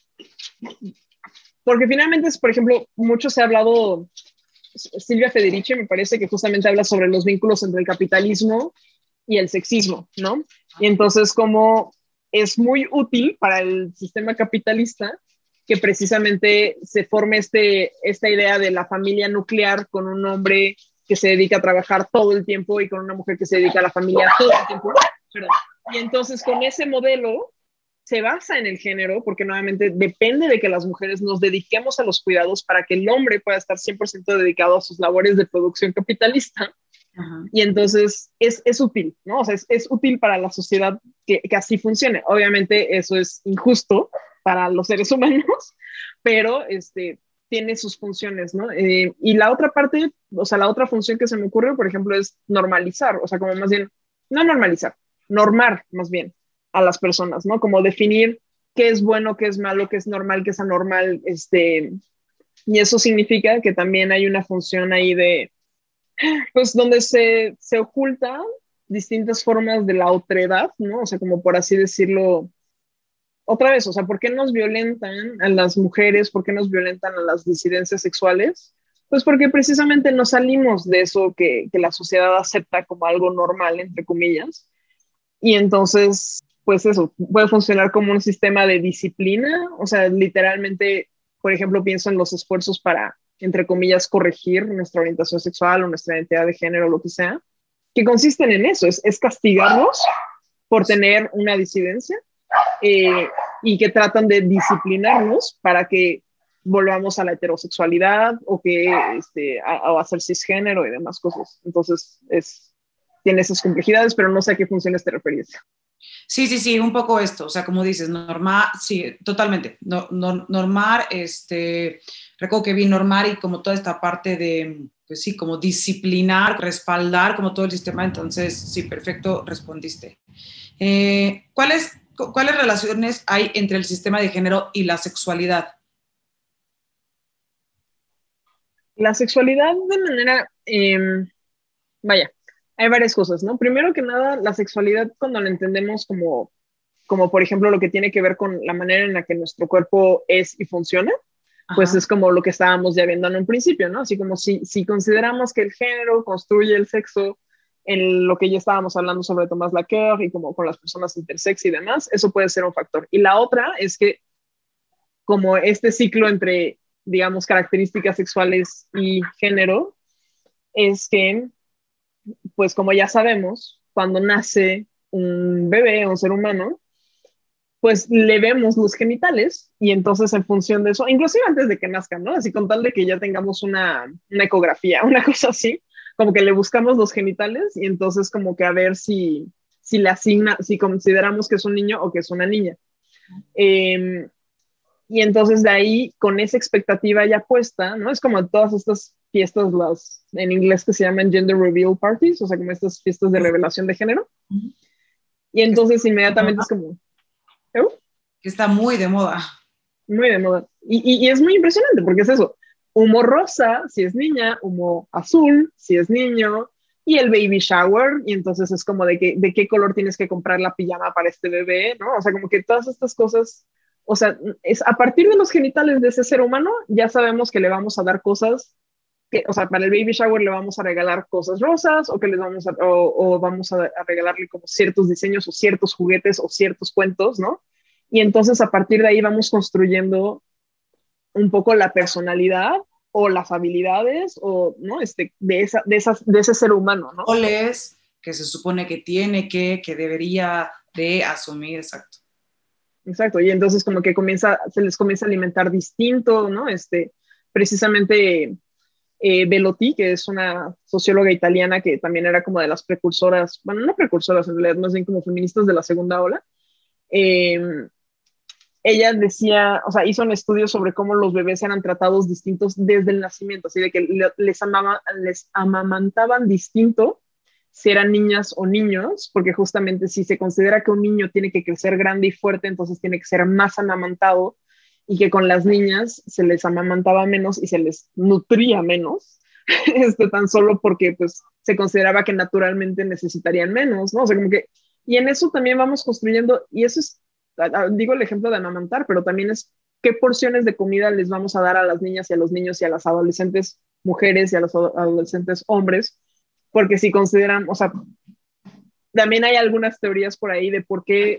Porque finalmente, es, por ejemplo, mucho se ha hablado, Silvia Federici me parece que justamente habla sobre los vínculos entre el capitalismo y el sexismo, ¿no? Y entonces como es muy útil para el sistema capitalista que precisamente se forme este, esta idea de la familia nuclear con un hombre que se dedica a trabajar todo el tiempo y con una mujer que se dedica a la familia todo el tiempo. Perdón. Y entonces con ese modelo se basa en el género, porque nuevamente depende de que las mujeres nos dediquemos a los cuidados para que el hombre pueda estar cien por ciento dedicado a sus labores de producción capitalista. Uh-huh. Y entonces es, es útil, ¿no? O sea, es, es útil para la sociedad que, que así funcione. Obviamente eso es injusto para los seres humanos, pero este, tiene sus funciones, ¿no? Eh, y la otra parte, o sea, la otra función que se me ocurre, por ejemplo, es normalizar, o sea, como más bien, no normalizar, normar más bien a las personas, ¿no? Como definir qué es bueno, qué es malo, qué es normal, qué es anormal, este, y eso significa que también hay una función ahí de, pues, donde se, se ocultan distintas formas de la otredad, ¿no? O sea, como por así decirlo, otra vez, o sea, ¿por qué nos violentan a las mujeres? ¿Por qué nos violentan a las disidencias sexuales? Pues porque precisamente no salimos de eso que, que la sociedad acepta como algo normal, entre comillas. Y entonces, pues eso, puede funcionar como un sistema de disciplina. O sea, literalmente, por ejemplo, pienso en los esfuerzos para, entre comillas, corregir nuestra orientación sexual o nuestra identidad de género, lo que sea, que consisten en eso, es, es castigarnos por tener una disidencia eh, y que tratan de disciplinarnos para que volvamos a la heterosexualidad o que este, a, a hacer cisgénero y demás cosas. Entonces, es, tiene esas complejidades, pero no sé a qué funciones te referís. Sí, sí, sí, un poco esto, o sea, como dices, normar, sí, totalmente, no, no, normar, este, recuerdo que vi normar y como toda esta parte de, pues sí, como disciplinar, respaldar, como todo el sistema, entonces, sí, perfecto, respondiste. Eh, ¿cuáles, ¿Cuáles relaciones hay entre el sistema de género y la sexualidad? La sexualidad de manera, eh, vaya, hay varias cosas, ¿no? Primero que nada, la sexualidad cuando la entendemos como, como, por ejemplo, lo que tiene que ver con la manera en la que nuestro cuerpo es y funciona, Ajá. pues es como lo que estábamos ya viendo en un principio, ¿no? Así como si, si consideramos que el género construye el sexo, en lo que ya estábamos hablando sobre Thomas Laqueur y como con las personas intersex y demás, eso puede ser un factor. Y la otra es que como este ciclo entre, digamos, características sexuales y género, es que, pues como ya sabemos, cuando nace un bebé, un ser humano, pues le vemos los genitales y entonces en función de eso, inclusive antes de que nazcan, ¿no? Así con tal de que ya tengamos una, una ecografía, una cosa así, como que le buscamos los genitales y entonces como que a ver si, si le asigna, si consideramos que es un niño o que es una niña. Eh, y entonces de ahí, con esa expectativa ya puesta, ¿no? Es como todas estas fiestas, las, en inglés que se llaman gender reveal parties, o sea, como estas fiestas de revelación de género. Y entonces inmediatamente es como... ¿eh? Que está muy de moda. Muy de moda. Y, y, y es muy impresionante porque es eso. Humo rosa si es niña, humo azul si es niño, y el baby shower, y entonces es como de, que, de qué color tienes que comprar la pijama para este bebé, ¿no? O sea, como que todas estas cosas, o sea, es a partir de los genitales de ese ser humano, ya sabemos que le vamos a dar cosas, que, o sea, para el baby shower le vamos a regalar cosas rosas, o que les vamos a, o, o vamos a, a regalarle como ciertos diseños, o ciertos juguetes, o ciertos cuentos, ¿no? Y entonces a partir de ahí vamos construyendo un poco la personalidad o las habilidades o no este de esa de esas de ese ser humano, ¿no? Roles que se supone que tiene que que debería de asumir, exacto. Exacto, y entonces como que comienza se les comienza a alimentar distinto, ¿no? Este precisamente eh, Belotti, que es una socióloga italiana que también era como de las precursoras, bueno, no precursoras en realidad, más bien como feministas de la segunda ola. Eh, ella decía, o sea, hizo un estudio sobre cómo los bebés eran tratados distintos desde el nacimiento, así de que les, amaba, les amamantaban distinto si eran niñas o niños, porque justamente si se considera que un niño tiene que crecer grande y fuerte, entonces tiene que ser más amamantado, y que con las niñas se les amamantaba menos y se les nutría menos, este, tan solo porque pues se consideraba que naturalmente necesitarían menos, ¿no? O sea, como que, y en eso también vamos construyendo, y eso es, digo el ejemplo de amamantar, pero también es qué porciones de comida les vamos a dar a las niñas y a los niños y a las adolescentes mujeres y a los adolescentes hombres, porque si consideran, o sea, también hay algunas teorías por ahí de por qué,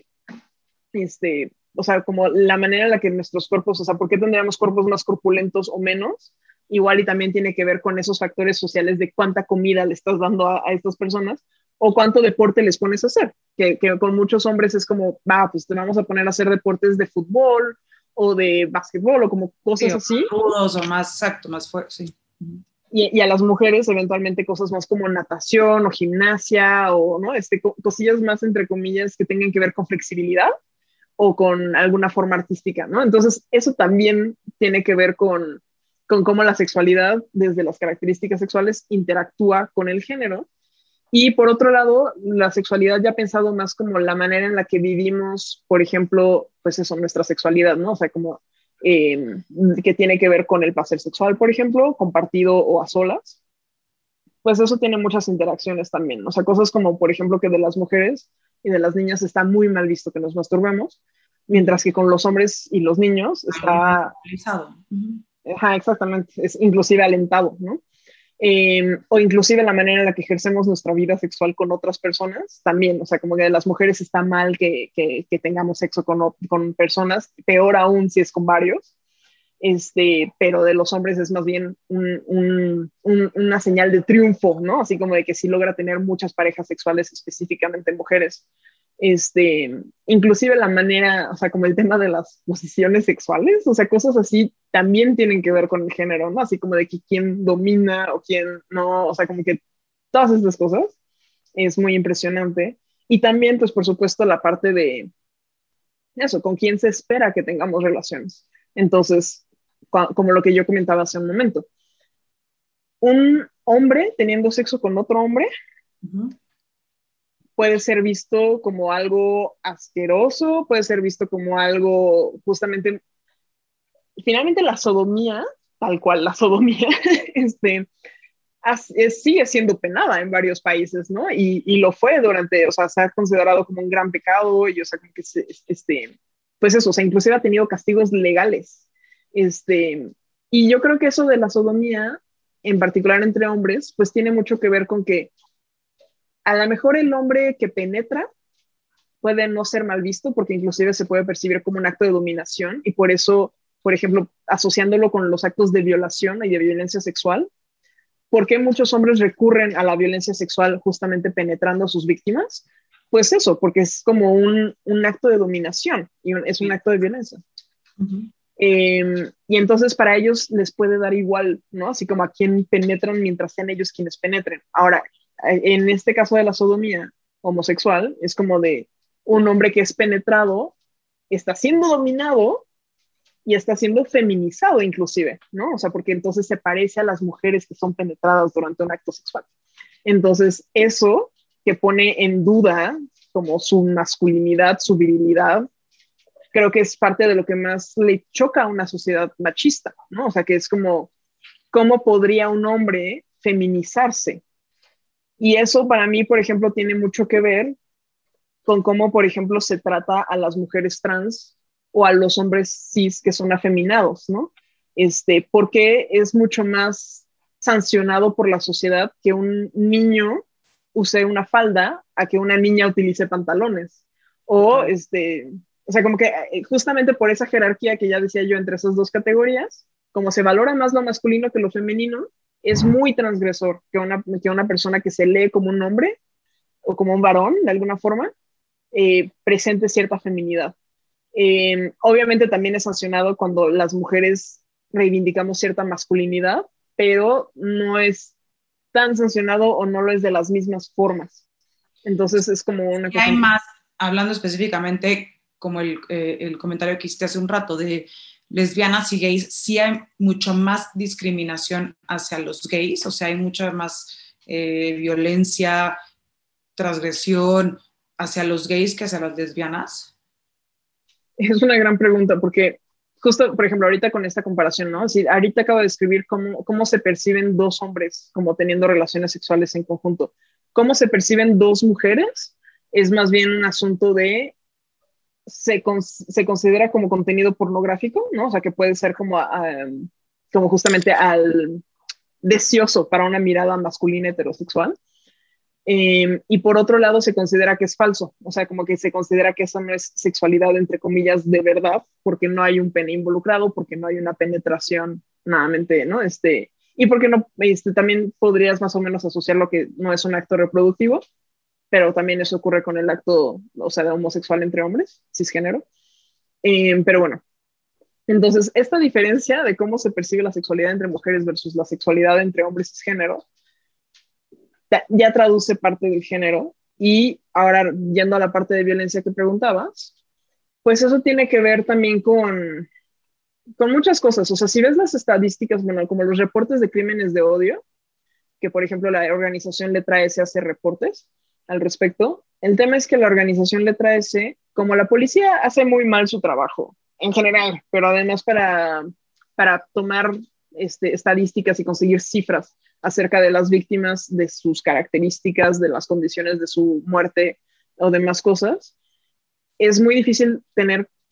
este, o sea, como la manera en la que nuestros cuerpos, o sea, por qué tendríamos cuerpos más corpulentos o menos, igual y también tiene que ver con esos factores sociales de cuánta comida le estás dando a, a estas personas, o cuánto deporte les pones a hacer, que, que con muchos hombres es como, va, pues te vamos a poner a hacer deportes de fútbol o de básquetbol o como cosas sí, así. Rudos o más, exacto, más fuerte, sí. Y, y a las mujeres eventualmente cosas más como natación o gimnasia o ¿no? este, cosillas más entre comillas que tengan que ver con flexibilidad o con alguna forma artística, ¿no? Entonces eso también tiene que ver con, con cómo la sexualidad desde las características sexuales interactúa con el género. Y por otro lado, la sexualidad ya pensado más como la manera en la que vivimos, por ejemplo, pues eso, nuestra sexualidad, ¿no? O sea, como eh, que tiene que ver con el placer sexual, por ejemplo, compartido o a solas. Pues eso tiene muchas interacciones también. O sea, cosas como, por ejemplo, que de las mujeres y de las niñas está muy mal visto que nos masturbemos, mientras que con los hombres y los niños está... Uh-huh. Ajá, exactamente, es inclusive alentado, ¿no? Eh, o inclusive la manera en la que ejercemos nuestra vida sexual con otras personas, también, o sea, como que de las mujeres está mal que, que, que tengamos sexo con, con personas, peor aún si es con varios, este, pero de los hombres es más bien un, un, un, una señal de triunfo, ¿no? Así como de que sí logra tener muchas parejas sexuales, específicamente mujeres. Este, inclusive la manera, o sea, como el tema de las posiciones sexuales, o sea, cosas así también tienen que ver con el género, ¿no? Así como de que quién domina o quién no, o sea, como que todas estas cosas es muy impresionante. Y también, pues, por supuesto, la parte de eso, con quién se espera que tengamos relaciones. Entonces, como lo que yo comentaba hace un momento, un hombre teniendo sexo con otro hombre, uh-huh, puede ser visto como algo asqueroso, puede ser visto como algo justamente, finalmente la sodomía, tal cual la sodomía, este, as, es, sigue siendo penada en varios países, ¿no? Y, y lo fue durante, o sea, se ha considerado como un gran pecado, y o sea, como que se, este, pues eso, o sea, inclusive ha tenido castigos legales, este, y yo creo que eso de la sodomía, en particular entre hombres, pues tiene mucho que ver con que a lo mejor el hombre que penetra puede no ser mal visto porque inclusive se puede percibir como un acto de dominación y por eso, por ejemplo, asociándolo con los actos de violación y de violencia sexual, ¿por qué muchos hombres recurren a la violencia sexual justamente penetrando a sus víctimas? Pues eso, porque es como un, un acto de dominación y un, es un acto de violencia. Uh-huh. Eh, y entonces para ellos les puede dar igual, ¿no? Así como a quién penetran mientras sean ellos quienes penetren. Ahora, en este caso de la sodomía homosexual, es como de un hombre que es penetrado, está siendo dominado y está siendo feminizado inclusive, ¿no? O sea, porque entonces se parece a las mujeres que son penetradas durante un acto sexual. Entonces, eso que pone en duda como su masculinidad, su virilidad, creo que es parte de lo que más le choca a una sociedad machista, ¿no? O sea, que es como, ¿cómo podría un hombre feminizarse? Y eso para mí, por ejemplo, tiene mucho que ver con cómo, por ejemplo, se trata a las mujeres trans o a los hombres cis que son afeminados, ¿no? Este, porque es mucho más sancionado por la sociedad que un niño use una falda a que una niña utilice pantalones. O, este, o sea, como que justamente por esa jerarquía que ya decía yo entre esas dos categorías, como se valora más lo masculino que lo femenino, es muy transgresor que una, que una persona que se lee como un hombre o como un varón, de alguna forma, eh, presente cierta feminidad. Eh, obviamente también es sancionado cuando las mujeres reivindicamos cierta masculinidad, pero no es tan sancionado o no lo es de las mismas formas. Entonces es como una cosa... Hay más, hablando específicamente, como el, eh, el comentario que hiciste hace un rato, de lesbianas y gays, sí hay mucho más discriminación hacia los gays, o sea, hay mucha más eh, violencia, transgresión hacia los gays que hacia las lesbianas. Es una gran pregunta, porque justo, por ejemplo, ahorita con esta comparación, ¿no? Sí, ahorita acabo de describir cómo, cómo se perciben dos hombres como teniendo relaciones sexuales en conjunto. Cómo se perciben dos mujeres es más bien un asunto de Se, con, se considera como contenido pornográfico, ¿no? O sea, que puede ser como, um, como justamente al deseoso para una mirada masculina heterosexual. Eh, y por otro lado se considera que es falso, o sea, como que se considera que eso no es sexualidad, entre comillas, de verdad, porque no hay un pene involucrado, porque no hay una penetración, nuevamente, ¿no? Este, y porque no, este, también podrías más o menos asociar lo que no es un acto reproductivo, pero también eso ocurre con el acto, o sea, de homosexual entre hombres, cisgénero. Eh, pero bueno, entonces esta diferencia de cómo se percibe la sexualidad entre mujeres versus la sexualidad entre hombres cisgénero ya traduce parte del género. Y ahora, yendo a la parte de violencia que preguntabas, pues eso tiene que ver también con, con muchas cosas. O sea, si ves las estadísticas, bueno, como los reportes de crímenes de odio, que por ejemplo la organización Letra S hace reportes al respecto, el tema es que la organización Letra S, como la policía hace muy mal su trabajo, en general, pero además para, para tomar este, estadísticas y conseguir cifras acerca de las víctimas, de sus características, de las condiciones de su muerte o demás cosas, es muy difícil tener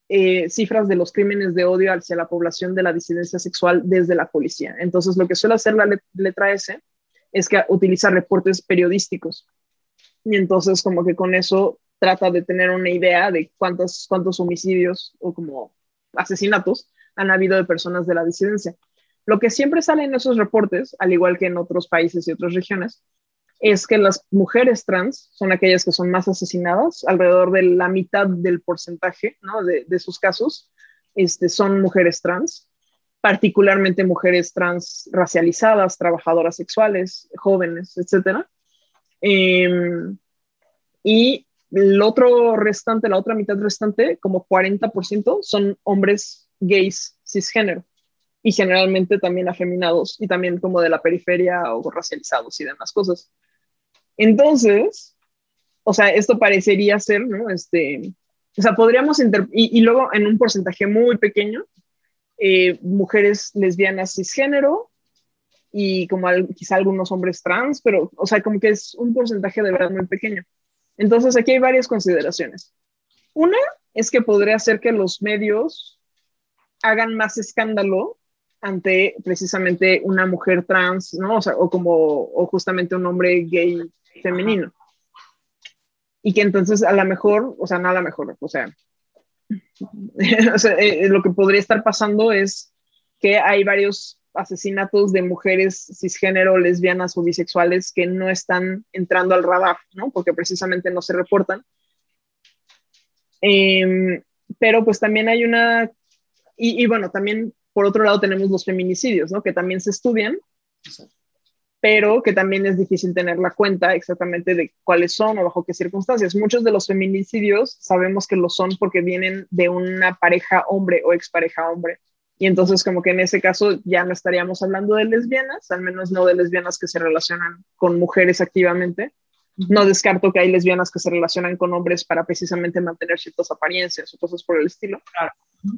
eh, cifras de los crímenes de odio hacia la población de la disidencia sexual desde la policía. Entonces, lo que suele hacer la letra S es que utiliza reportes periodísticos. Y entonces, como que con eso trata de tener una idea de cuántos, cuántos homicidios o como asesinatos han habido de personas de la disidencia. Lo que siempre sale en esos reportes, al igual que en otros países y otras regiones, es que las mujeres trans son aquellas que son más asesinadas, alrededor de la mitad del porcentaje, ¿no? de, de sus casos este, son mujeres trans, particularmente mujeres trans racializadas, trabajadoras sexuales, jóvenes, etcétera. Eh, y el otro restante, la otra mitad restante, como cuarenta por ciento, son hombres gays cisgénero y generalmente también afeminados y también como de la periferia o racializados y demás cosas. Entonces, o sea, esto parecería ser, ¿no? Este, o sea, podríamos, inter- y, y luego en un porcentaje muy pequeño, eh, mujeres lesbianas cisgénero y como al, quizá algunos hombres trans, pero, o sea, como que es un porcentaje de verdad muy pequeño. Entonces, aquí hay varias consideraciones. Una es que podría ser que los medios hagan más escándalo ante precisamente una mujer trans, ¿no? O sea, o como, o justamente un hombre gay femenino. Y que entonces a lo mejor, o sea, no a lo mejor, o sea, o sea eh, lo que podría estar pasando es que hay varios asesinatos de mujeres cisgénero, lesbianas o bisexuales que no están entrando al radar, ¿no? Porque precisamente no se reportan. Eh, pero pues también hay una, y, y bueno, también por otro lado tenemos los feminicidios, ¿no? Que también se estudian, pero que también es difícil tener la cuenta exactamente de cuáles son o bajo qué circunstancias. Muchos de los feminicidios sabemos que lo son porque vienen de una pareja hombre o expareja hombre. Y entonces como que en ese caso ya no estaríamos hablando de lesbianas, al menos no de lesbianas que se relacionan con mujeres activamente. No descarto que hay lesbianas que se relacionan con hombres para precisamente mantener ciertas apariencias o cosas por el estilo. Claro.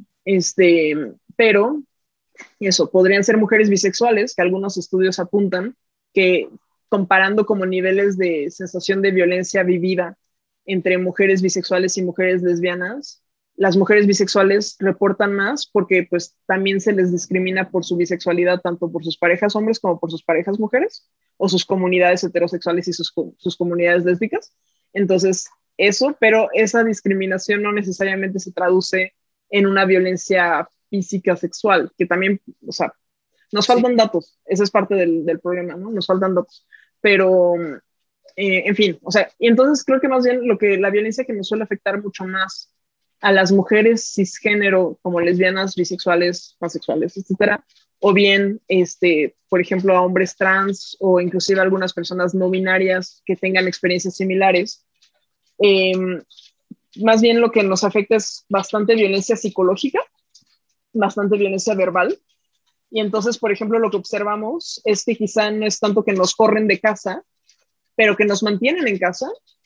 Este, pero eso, podrían ser mujeres bisexuales, que algunos estudios apuntan que comparando como niveles de sensación de violencia vivida entre mujeres bisexuales y mujeres lesbianas, las mujeres bisexuales reportan más porque pues también se les discrimina por su bisexualidad, tanto por sus parejas hombres como por sus parejas mujeres, o sus comunidades heterosexuales y sus, sus comunidades lésbicas. Entonces, eso, pero esa discriminación no necesariamente se traduce en una violencia física sexual, que también, o sea, nos faltan sí. datos, esa es parte del, del problema, ¿no? Nos faltan datos, pero, eh, en fin, o sea, y entonces creo que más bien lo que, la violencia que nos suele afectar mucho más a las mujeres cisgénero, como lesbianas, bisexuales, pansexuales, etcétera, o bien, este, por ejemplo, a hombres trans o inclusive a algunas personas no binarias que tengan experiencias similares, eh, más bien lo que nos afecta es bastante violencia psicológica, bastante violencia verbal. Y entonces, por ejemplo, lo que observamos es que quizá no es tanto que nos corren de casa, pero que nos mantienen en casa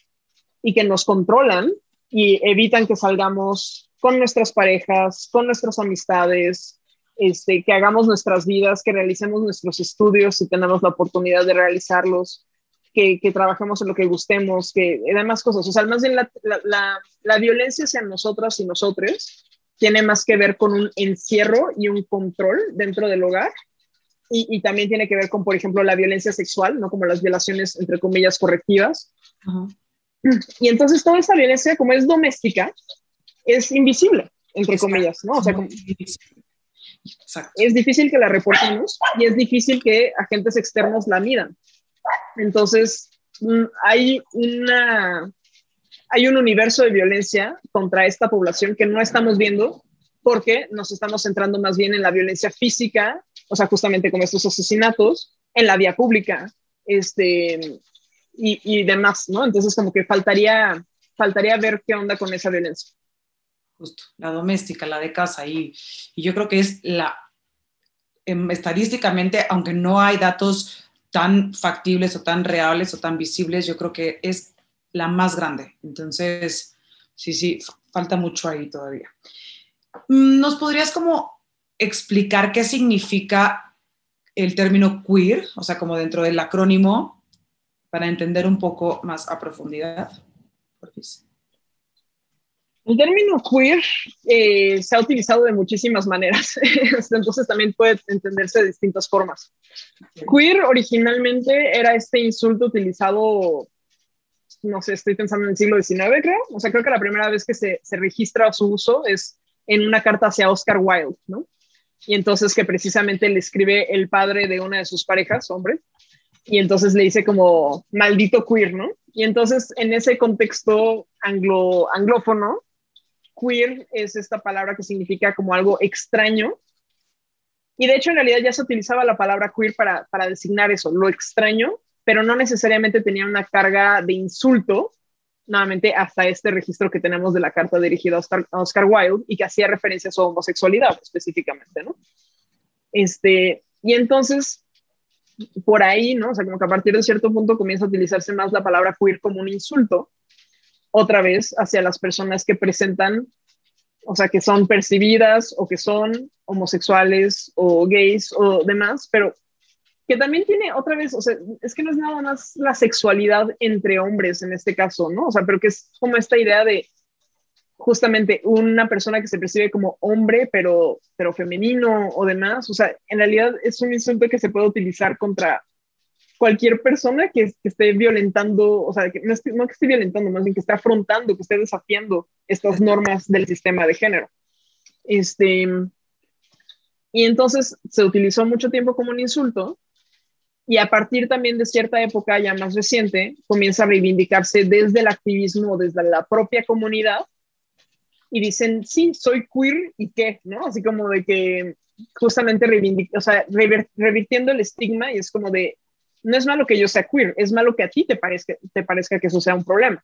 y que nos controlan y evitan que salgamos con nuestras parejas, con nuestras amistades, este, que hagamos nuestras vidas, que realicemos nuestros estudios si tenemos la oportunidad de realizarlos, que, que trabajemos en lo que gustemos, que demás cosas. O sea, más bien la, la, la, la violencia hacia nosotras y nosotres tiene más que ver con un encierro y un control dentro del hogar y, y también tiene que ver con, por ejemplo, la violencia sexual, ¿no? Como las violaciones, entre comillas, correctivas. Uh-huh. Y entonces toda esa violencia, como es doméstica, es invisible, entre Exacto. comillas, ¿no? O sea, como, es difícil que la reportemos y es difícil que agentes externos la midan. Entonces, hay una... hay un universo de violencia contra esta población que no estamos viendo porque nos estamos centrando más bien en la violencia física, o sea, justamente como estos asesinatos, en la vía pública este, y, y demás, ¿no? Entonces como que faltaría, faltaría ver qué onda con esa violencia. Justo, la doméstica, la de casa, y, y yo creo que es la, eh, estadísticamente, aunque no hay datos tan factibles o tan reales o tan visibles, yo creo que es la más grande. Entonces, sí, sí, falta mucho ahí todavía. ¿Nos podrías como explicar qué significa el término queer? O sea, como dentro del acrónimo, para entender un poco más a profundidad. Por favor. El término queer eh, se ha utilizado de muchísimas maneras, entonces también puede entenderse de distintas formas. Queer originalmente era este insulto utilizado, no sé, estoy pensando en el siglo diecinueve, creo. O sea, creo que la primera vez que se, se registra su uso es en una carta hacia Oscar Wilde, ¿no? Y entonces que precisamente le escribe el padre de una de sus parejas, hombre, y entonces le dice como, maldito queer, ¿no? Y entonces en ese contexto anglo, anglófono, queer es esta palabra que significa como algo extraño. Y de hecho, en realidad ya se utilizaba la palabra queer para, para designar eso, lo extraño, pero no necesariamente tenía una carga de insulto, nuevamente hasta este registro que tenemos de la carta dirigida a Oscar, a Oscar Wilde y que hacía referencia a su homosexualidad específicamente, ¿no? Este, y entonces, por ahí, ¿no? O sea, como que a partir de cierto punto comienza a utilizarse más la palabra queer como un insulto, otra vez hacia las personas que presentan, o sea, que son percibidas o que son homosexuales o gays o demás, pero que también tiene otra vez, o sea, es que no es nada más la sexualidad entre hombres en este caso, ¿no? O sea, pero que es como esta idea de justamente una persona que se percibe como hombre, pero, pero femenino o demás. O sea, en realidad es un insulto que se puede utilizar contra cualquier persona que, que esté violentando, o sea, que no, esté, no que esté violentando, más bien que esté afrontando, que esté desafiando estas normas del sistema de género. Este, y entonces se utilizó mucho tiempo como un insulto, y a partir también de cierta época ya más reciente, comienza a reivindicarse desde el activismo, desde la propia comunidad, y dicen, sí, soy queer, ¿y qué? ¿No? Así como de que justamente reivindic- o sea, rever- revirtiendo el estigma, y es como de, no es malo que yo sea queer, es malo que a ti te parezca, te parezca que eso sea un problema.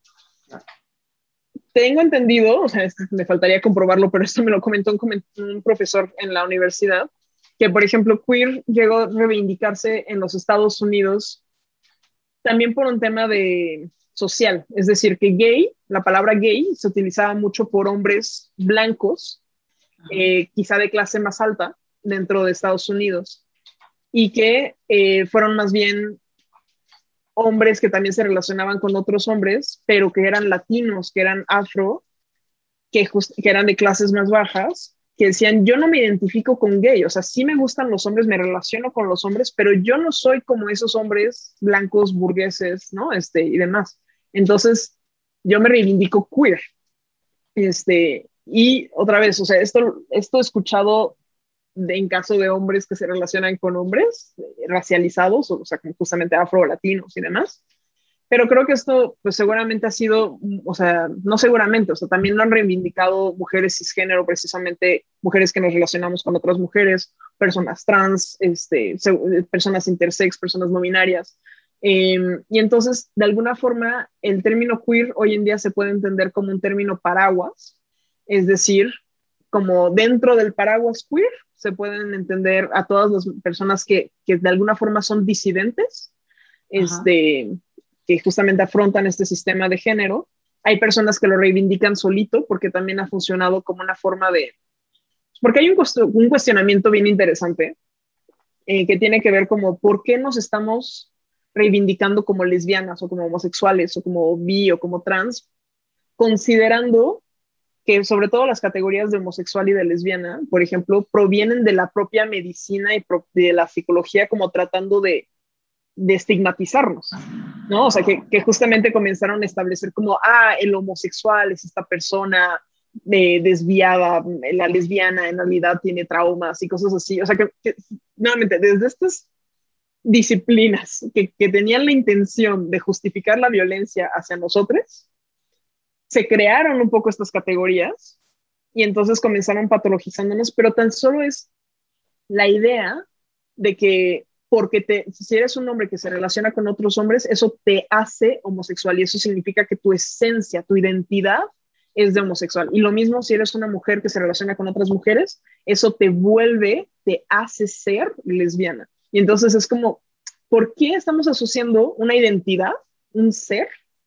Tengo entendido, o sea, es que me faltaría comprobarlo, pero esto me lo comentó un, un profesor en la universidad, que por ejemplo queer llegó a reivindicarse en los Estados Unidos también por un tema de social, es decir, que gay, la palabra gay se utilizaba mucho por hombres blancos, eh, quizá de clase más alta dentro de Estados Unidos, y que eh, fueron más bien hombres que también se relacionaban con otros hombres, pero que eran latinos, que eran afro, que, just, que eran de clases más bajas, que decían, yo no me identifico con gay, o sea, sí me gustan los hombres, me relaciono con los hombres, pero yo no soy como esos hombres blancos, burgueses, ¿no? Este, y demás. Entonces, yo me reivindico queer. Este, y otra vez, o sea, esto, esto he escuchado de, en caso de hombres que se relacionan con hombres eh, racializados, o, o sea, como justamente afro-latinos y demás. Pero creo que esto, pues seguramente ha sido, o sea, no seguramente, o sea, también lo han reivindicado mujeres cisgénero, precisamente mujeres que nos relacionamos con otras mujeres, personas trans, este, personas intersex, personas no binarias. Eh, y entonces, de alguna forma, el término queer hoy en día se puede entender como un término paraguas, es decir, como dentro del paraguas queer se pueden entender a todas las personas que, que de alguna forma son disidentes, este, que justamente afrontan este sistema de género. Hay personas que lo reivindican solito porque también ha funcionado como una forma de... Porque hay un, un cuestionamiento bien interesante eh, que tiene que ver como por qué nos estamos reivindicando como lesbianas o como homosexuales o como bi o como trans, considerando que sobre todo las categorías de homosexual y de lesbiana, por ejemplo, provienen de la propia medicina y de la psicología como tratando de, de estigmatizarnos, ¿no? O sea, que, que justamente comenzaron a establecer como, ah, el homosexual es esta persona eh, desviada, la lesbiana en realidad tiene traumas y cosas así. O sea, que, que nuevamente, desde estas disciplinas que, que tenían la intención de justificar la violencia hacia nosotros, se crearon un poco estas categorías y entonces comenzaron patologizándonos, pero tan solo es la idea de que porque te, si eres un hombre que se relaciona con otros hombres, eso te hace homosexual y eso significa que tu esencia, tu identidad es de homosexual. Y lo mismo si eres una mujer que se relaciona con otras mujeres, eso te vuelve, te hace ser lesbiana. Y entonces es como, ¿por qué estamos asociando una identidad, un ser,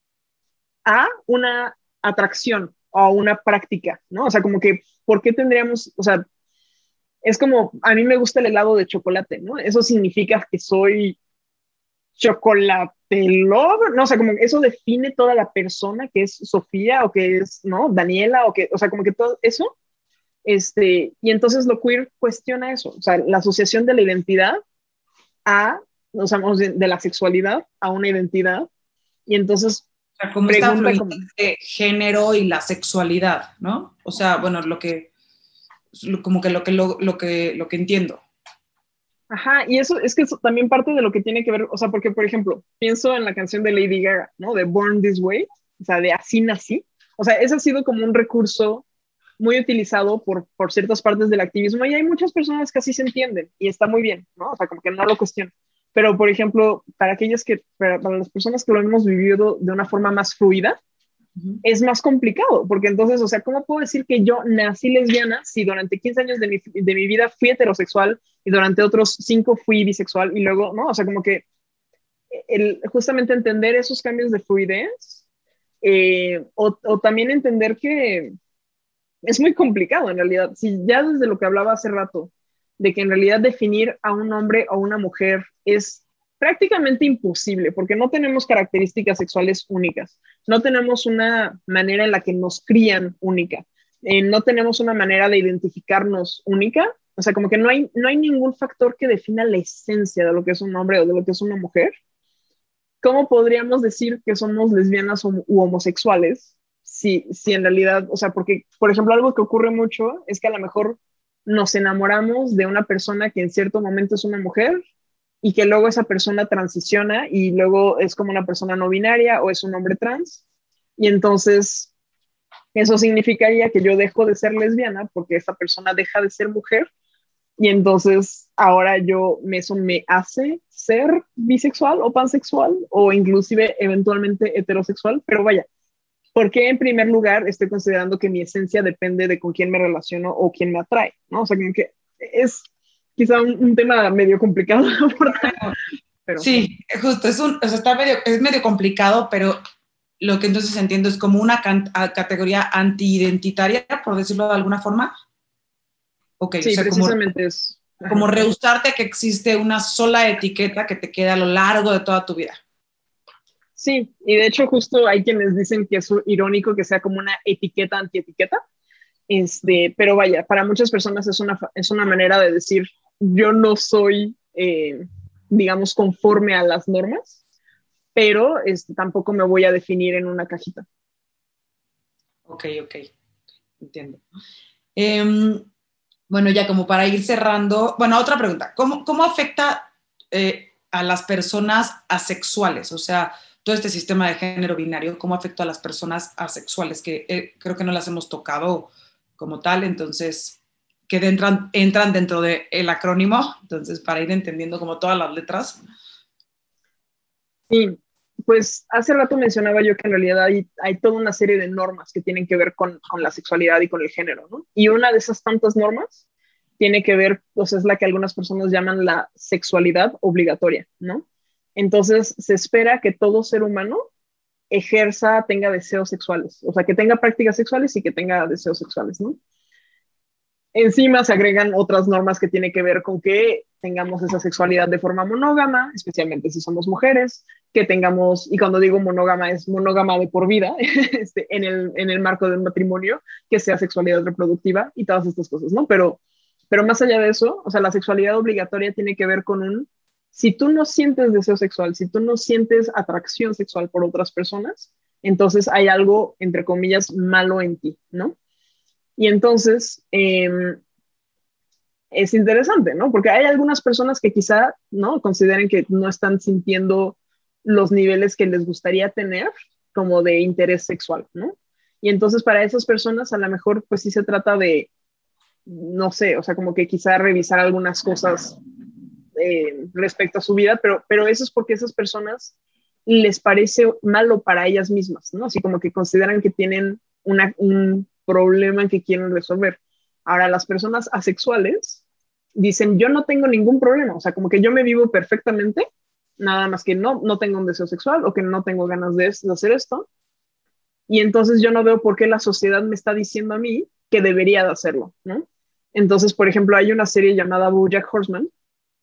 a una atracción o a una práctica, ¿no? O sea, como que, ¿por qué tendríamos, o sea, es como, a mí me gusta el helado de chocolate, ¿no? Eso significa que soy chocolate lover, no, o sea, como que eso define toda la persona que es Sofía o que es, ¿no? Daniela o que, o sea, como que todo eso, este, y entonces lo queer cuestiona eso, o sea, la asociación de la identidad a, o sea, de la sexualidad a una identidad, y entonces o sea, como esta fluidez de género y la sexualidad, ¿no? O sea, bueno, lo que, como que lo que, lo, lo que, lo que entiendo. Ajá, y eso es que eso también parte de lo que tiene que ver, o sea, porque, por ejemplo, pienso en la canción de Lady Gaga, ¿no? De Born This Way, o sea, de Así Nací. O sea, ese ha sido como un recurso muy utilizado por, por ciertas partes del activismo y hay muchas personas que así se entienden y está muy bien, ¿no? O sea, como que no lo cuestiono. Pero, por ejemplo, para aquellas que, para, para las personas que lo hemos vivido de una forma más fluida, uh-huh. es más complicado, porque entonces, o sea, ¿cómo puedo decir que yo nací lesbiana si durante quince años de mi, de mi vida fui heterosexual y durante otros cinco fui bisexual y luego, ¿no? O sea, como que el, justamente entender esos cambios de fluidez eh, o, o también entender que es muy complicado en realidad. Si ya desde lo que hablaba hace rato, de que en realidad definir a un hombre o una mujer es prácticamente imposible, porque no tenemos características sexuales únicas, no tenemos una manera en la que nos crían única, eh, no tenemos una manera de identificarnos única, o sea, como que no hay, no hay ningún factor que defina la esencia de lo que es un hombre o de lo que es una mujer. ¿Cómo podríamos decir que somos lesbianas u, u homosexuales si, si en realidad, o sea, porque, por ejemplo, algo que ocurre mucho es que a lo mejor nos enamoramos de una persona que en cierto momento es una mujer y que luego esa persona transiciona y luego es como una persona no binaria o es un hombre trans y entonces eso significaría que yo dejo de ser lesbiana porque esta persona deja de ser mujer y entonces ahora yo eso me hace ser bisexual o pansexual o inclusive eventualmente heterosexual, pero vaya, ¿por qué en primer lugar estoy considerando que mi esencia depende de con quién me relaciono o quién me atrae? ¿No? O sea, como que es quizá un, un tema medio complicado. Pero, sí, justo, es, un, o sea, está medio, es medio complicado, pero lo que entonces entiendo es como una can, categoría anti-identitaria, por decirlo de alguna forma. Okay, sí, o sea, precisamente como, es. Como rehusarte a que existe una sola etiqueta que te quede a lo largo de toda tu vida. Sí, y de hecho justo hay quienes dicen que es irónico que sea como una etiqueta anti-etiqueta, este, pero vaya, para muchas personas es una, es una manera de decir, yo no soy, eh, digamos, conforme a las normas, pero este, tampoco me voy a definir en una cajita. Ok, ok, entiendo. Eh, bueno, ya como para ir cerrando, bueno, otra pregunta, ¿cómo, cómo afecta eh, a las personas asexuales? O sea, todo este sistema de género binario, ¿cómo afecta a las personas asexuales? Que eh, creo que no las hemos tocado como tal, entonces, que entran, entran dentro del acrónimo, entonces, para ir entendiendo como todas las letras. Sí, pues hace rato mencionaba yo que en realidad hay, hay toda una serie de normas que tienen que ver con, con la sexualidad y con el género, ¿no? Y una de esas tantas normas tiene que ver, pues es la que algunas personas llaman la sexualidad obligatoria, ¿no? Entonces, se espera que todo ser humano ejerza, tenga deseos sexuales, o sea, que tenga prácticas sexuales y que tenga deseos sexuales, ¿no? Encima se agregan otras normas que tienen que ver con que tengamos esa sexualidad de forma monógama, especialmente si somos mujeres, que tengamos, y cuando digo monógama es monógama de por vida, este, en, el, en el marco del matrimonio, que sea sexualidad reproductiva y todas estas cosas, ¿no? Pero, pero más allá de eso, o sea, la sexualidad obligatoria tiene que ver con un si tú no sientes deseo sexual, si tú no sientes atracción sexual por otras personas, entonces hay algo, entre comillas, malo en ti, ¿no? Y entonces eh, es interesante, ¿no? Porque hay algunas personas que quizá, ¿no? Consideren que no están sintiendo los niveles que les gustaría tener como de interés sexual, ¿no? Y entonces para esas personas a lo mejor pues sí se trata de, no sé, o sea, como que quizá revisar algunas cosas Eh, respecto a su vida, pero, pero eso es porque a esas personas les parece malo para ellas mismas, ¿no? Así como que consideran que tienen una, un problema que quieren resolver. Ahora, las personas asexuales dicen, yo no tengo ningún problema, o sea, como que yo me vivo perfectamente, nada más que no, no tengo un deseo sexual o que no tengo ganas de, de hacer esto, y entonces yo no veo por qué la sociedad me está diciendo a mí que debería de hacerlo, ¿no? Entonces, por ejemplo, hay una serie llamada BoJack Horseman,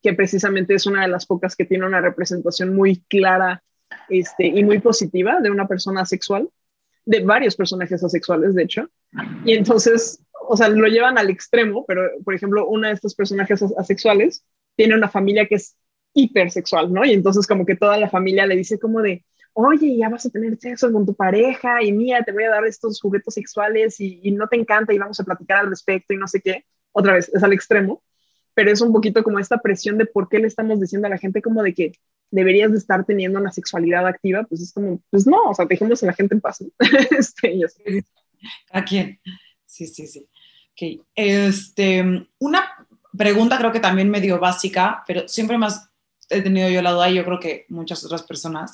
que precisamente es una de las pocas que tiene una representación muy clara este, y muy positiva de una persona asexual, de varios personajes asexuales, de hecho. Y entonces, o sea, lo llevan al extremo, pero, por ejemplo, una de estos personajes asexuales tiene una familia que es hipersexual, ¿no? Y entonces como que toda la familia le dice como de, oye, ya vas a tener sexo con tu pareja y mira, te voy a dar estos juguetes sexuales y, y no te encanta y vamos a platicar al respecto y no sé qué. Otra vez, es al extremo, pero es un poquito como esta presión de por qué le estamos diciendo a la gente como de que deberías de estar teniendo una sexualidad activa, pues es como, pues no, o sea, dejemos a la gente en paz, ¿no? este, yo sé. ¿A quién? Sí, sí, sí. Okay. Este, una pregunta creo que también medio básica, pero siempre más he tenido yo la duda y yo creo que muchas otras personas.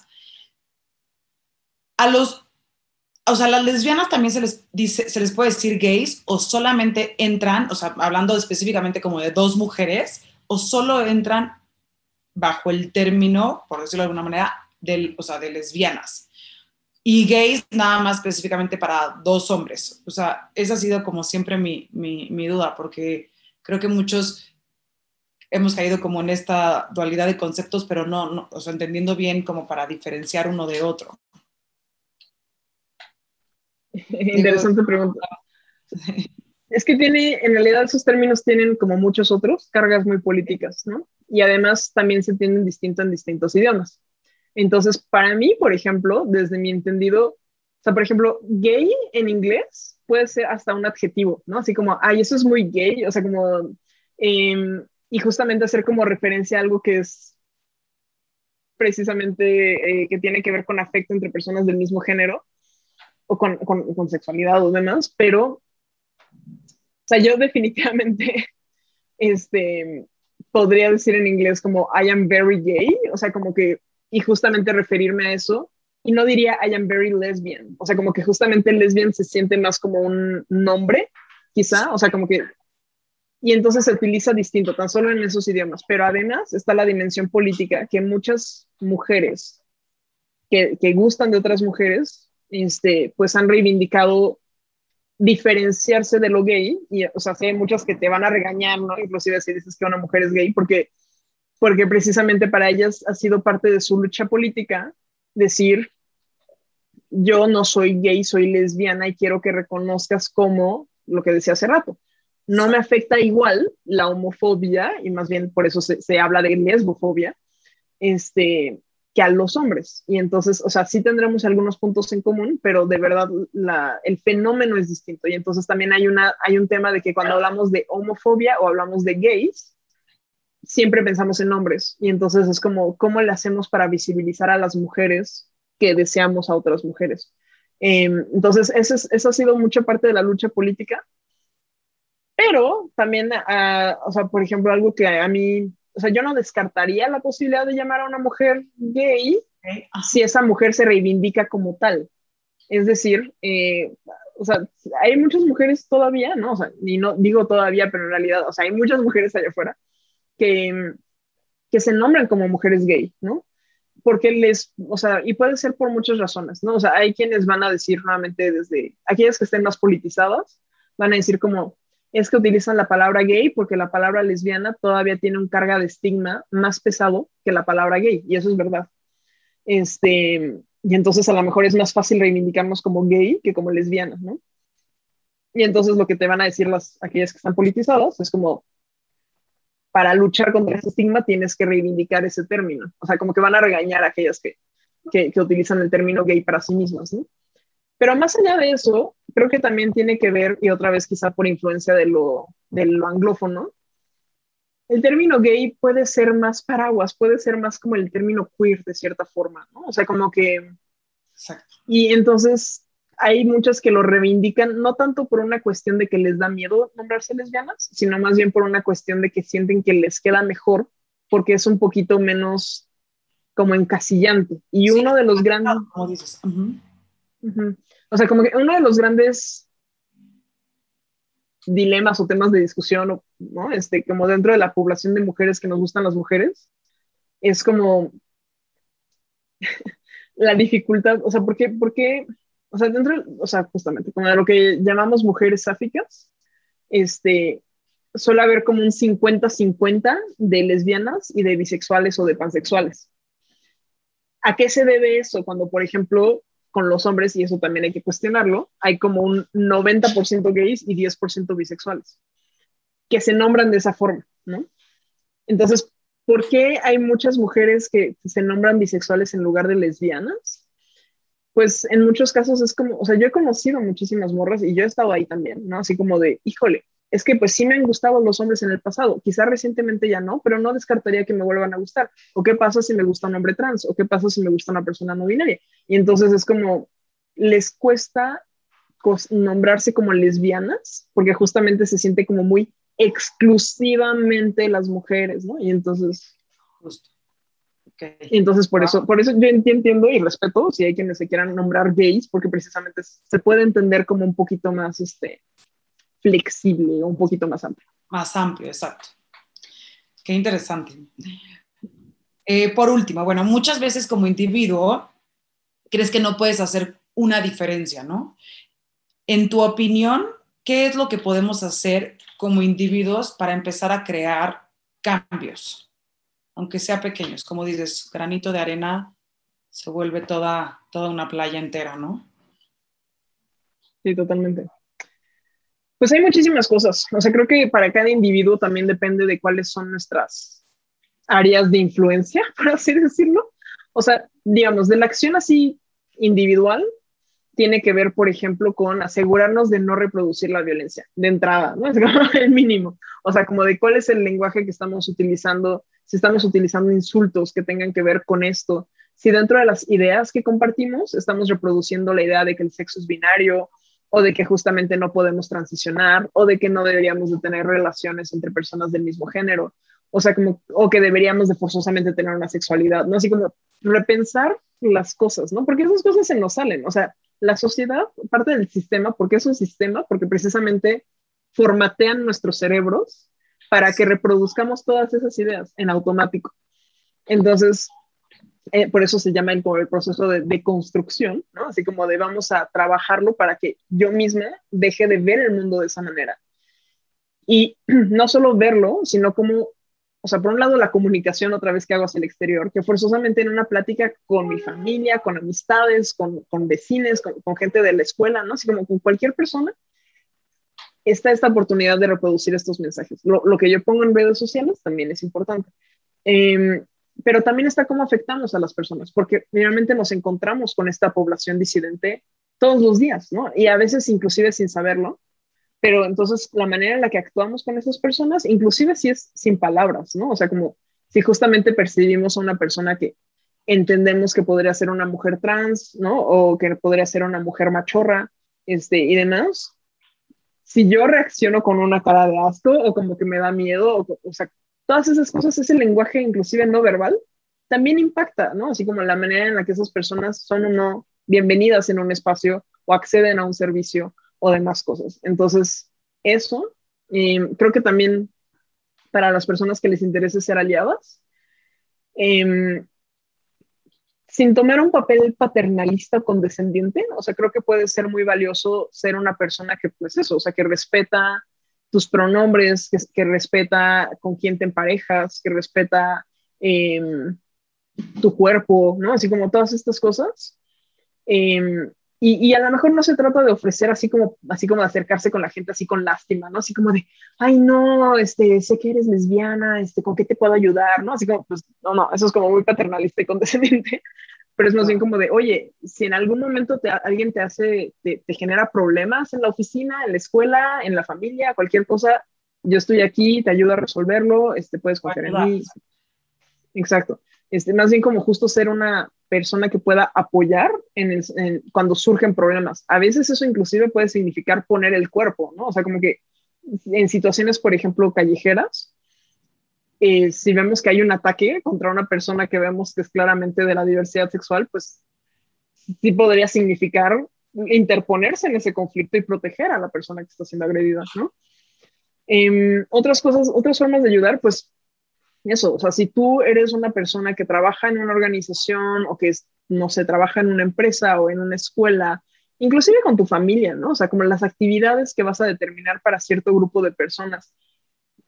A los, o sea, a las lesbianas también se les dice, se les puede decir gays o solamente entran, o sea, hablando específicamente como de dos mujeres, o solo entran bajo el término, por decirlo de alguna manera, del, o sea, de lesbianas. Y gays nada más específicamente para dos hombres. O sea, esa ha sido como siempre mi, mi, mi duda, porque creo que muchos hemos caído como en esta dualidad de conceptos, pero no, no, o sea, entendiendo bien como para diferenciar uno de otro. Interesante pregunta. Es que tiene, en realidad esos términos tienen como muchos otros, cargas muy políticas, ¿no? Y además también se tienen distinto en distintos idiomas. Entonces, para mí, por ejemplo, desde mi entendido, o sea, por ejemplo, gay en inglés puede ser hasta un adjetivo, ¿no? Así como, ay, eso es muy gay, o sea, como, eh, y justamente hacer como referencia a algo que es precisamente, eh, que tiene que ver con afecto entre personas del mismo género, o con, con, con sexualidad o demás, pero, o sea, yo definitivamente, este, podría decir en inglés como, I am very gay, o sea, como que, y justamente referirme a eso, y no diría I am very lesbian, o sea, como que justamente lesbian se siente más como un nombre, quizá, o sea, como que, y entonces se utiliza distinto, tan solo en esos idiomas, pero además está la dimensión política, que muchas mujeres que, que gustan de otras mujeres, este, pues han reivindicado diferenciarse de lo gay, y, o sea, sí hay muchas que te van a regañar, ¿no? Inclusive si dices que una mujer es gay, porque porque precisamente para ellas ha sido parte de su lucha política decir, yo no soy gay, soy lesbiana y quiero que reconozcas como lo que decía hace rato. No me afecta igual la homofobia, y más bien por eso se, se habla de lesbofobia, este, que a los hombres. Y entonces, o sea, sí tendremos algunos puntos en común, pero de verdad la, el fenómeno es distinto. Y entonces también hay, una, hay un tema de que cuando hablamos de homofobia o hablamos de gays, siempre pensamos en hombres, y entonces es como, ¿cómo le hacemos para visibilizar a las mujeres que deseamos a otras mujeres? Eh, entonces, esa, es, esa ha sido mucha parte de la lucha política, pero también, uh, o sea, por ejemplo, algo que a mí, o sea, yo no descartaría la posibilidad de llamar a una mujer gay si esa mujer se reivindica como tal. Es decir, eh, o sea, hay muchas mujeres todavía, ¿no? O sea, y no digo todavía, pero en realidad, o sea, hay muchas mujeres allá afuera Que, que se nombran como mujeres gay, ¿no? Porque les, o sea, y puede ser por muchas razones, ¿no? O sea, hay quienes van a decir nuevamente desde, aquellas que estén más politizadas, van a decir como, es que utilizan la palabra gay porque la palabra lesbiana todavía tiene un carga de estigma más pesado que la palabra gay, y eso es verdad. Este, y entonces a lo mejor es más fácil reivindicarnos como gay que como lesbiana, ¿no? Y entonces lo que te van a decir las, aquellas que están politizadas es como, para luchar contra ese estigma tienes que reivindicar ese término. O sea, como que van a regañar a aquellas que, que, que utilizan el término gay para sí mismas, ¿no? Pero más allá de eso, creo que también tiene que ver, y otra vez quizá por influencia de lo, de lo anglófono, el término gay puede ser más paraguas, puede ser más como el término queer de cierta forma, ¿no? O sea, como que... Exacto. Y entonces hay muchas que lo reivindican, no tanto por una cuestión de que les da miedo nombrarse lesbianas, sino más bien por una cuestión de que sienten que les queda mejor, porque es un poquito menos como encasillante. Y sí, uno de los grandes... Como dices. Uh-huh. Uh-huh. O sea, como que uno de los grandes dilemas o temas de discusión, ¿no? Este, como dentro de la población de mujeres que nos gustan las mujeres, es como la dificultad, o sea, ¿por qué...? ¿Por qué? O sea, dentro, o sea, justamente, como de lo que llamamos mujeres sáficas, este, suele haber como un cincuenta cincuenta de lesbianas y de bisexuales o de pansexuales. ¿A qué se debe eso? Cuando, por ejemplo, con los hombres, y eso también hay que cuestionarlo, hay como un noventa por ciento gays y diez por ciento bisexuales, que se nombran de esa forma, ¿no? Entonces, ¿por qué hay muchas mujeres que se nombran bisexuales en lugar de lesbianas? Pues en muchos casos es como, o sea, yo he conocido muchísimas morras y yo he estado ahí también, ¿no? Así como de, híjole, es que pues sí me han gustado los hombres en el pasado, quizá recientemente ya no, pero no descartaría que me vuelvan a gustar. ¿O qué pasa si me gusta un hombre trans? ¿O qué pasa si me gusta una persona no binaria? Y entonces es como, les cuesta nombrarse como lesbianas, porque justamente se siente como muy exclusivamente las mujeres, ¿no? Y entonces... Justo. Okay. Y entonces por wow. eso, por eso yo entiendo y respeto si hay quienes se quieran nombrar gays, porque precisamente se puede entender como un poquito más, este... flexible o un poquito más amplio. Más amplio, exacto. Qué interesante. Eh, por último, bueno, muchas veces como individuo crees que no puedes hacer una diferencia, ¿no? En tu opinión, ¿qué es lo que podemos hacer como individuos para empezar a crear cambios? Aunque sea pequeños, como dices, granito de arena se vuelve toda, toda una playa entera, ¿no? Sí, totalmente. Pues hay muchísimas cosas. O sea, creo que para cada individuo también depende de cuáles son nuestras áreas de influencia, por así decirlo. O sea, digamos, de la acción así individual, tiene que ver, por ejemplo, con asegurarnos de no reproducir la violencia de entrada, ¿no? Es como el mínimo. O sea, como de cuál es el lenguaje que estamos utilizando, si estamos utilizando insultos que tengan que ver con esto, si dentro de las ideas que compartimos estamos reproduciendo la idea de que el sexo es binario, o de que justamente no podemos transicionar, o de que no deberíamos de tener relaciones entre personas del mismo género, o sea, como, o que deberíamos de forzosamente tener una sexualidad, ¿no? Así como repensar las cosas, ¿no? Porque esas cosas se nos salen, o sea, la sociedad, parte del sistema, ¿por qué es un sistema? Porque precisamente formatean nuestros cerebros para que reproduzcamos todas esas ideas en automático. Entonces, Eh, por eso se llama el, el proceso de, de construcción, ¿no? Así como de vamos a trabajarlo para que yo misma deje de ver el mundo de esa manera. Y no solo verlo, sino como, o sea, por un lado la comunicación otra vez que hago hacia el exterior, que forzosamente en una plática con mi familia, con amistades, con, con vecinos, con, con gente de la escuela, ¿no? Así como con cualquier persona, está esta oportunidad de reproducir estos mensajes. Lo, lo que yo pongo en redes sociales también es importante. Eh, Pero también está cómo afectamos a las personas, porque finalmente nos encontramos con esta población disidente todos los días, ¿no? Y a veces inclusive sin saberlo, pero entonces la manera en la que actuamos con esas personas, inclusive si es sin palabras, ¿no? O sea, como si justamente percibimos a una persona que entendemos que podría ser una mujer trans, ¿no? O que podría ser una mujer machorra, este, y demás. Si yo reacciono con una cara de asco o como que me da miedo, o, o sea, todas esas cosas, ese lenguaje inclusive no verbal, también impacta, ¿no? Así como la manera en la que esas personas son o no bienvenidas en un espacio o acceden a un servicio o demás cosas. Entonces, eso, eh, creo que también para las personas que les interese ser aliadas, eh, sin tomar un papel paternalista o condescendiente, o sea, creo que puede ser muy valioso ser una persona que, pues eso, o sea, que respeta tus pronombres, que, que respeta con quién te emparejas, que respeta eh, tu cuerpo, ¿no? Así como todas estas cosas. Eh, y, y a lo mejor no se trata de ofrecer así como, así como de acercarse con la gente así con lástima, ¿no? Así como de, ay, no, este, sé que eres lesbiana, este, ¿con qué te puedo ayudar? ¿No? Así como, pues, no, no, eso es como muy paternalista y condescendiente. Pero es más bien como de, oye, si en algún momento te, alguien te hace, te, te genera problemas en la oficina, en la escuela, en la familia, cualquier cosa, yo estoy aquí, te ayudo a resolverlo, este, puedes confiar en mí. Exacto. Este, más bien como justo ser una persona que pueda apoyar en el, en, cuando surgen problemas. A veces eso inclusive puede significar poner el cuerpo, ¿no? O sea, como que en situaciones, por ejemplo, callejeras, Eh, si vemos que hay un ataque contra una persona que vemos que es claramente de la diversidad sexual, pues sí podría significar interponerse en ese conflicto y proteger a la persona que está siendo agredida, ¿no? Eh, otras cosas, otras formas de ayudar, pues eso, o sea, si tú eres una persona que trabaja en una organización o que, no sé, trabaja en una empresa o en una escuela, inclusive con tu familia, ¿no? O sea, como las actividades que vas a determinar para cierto grupo de personas,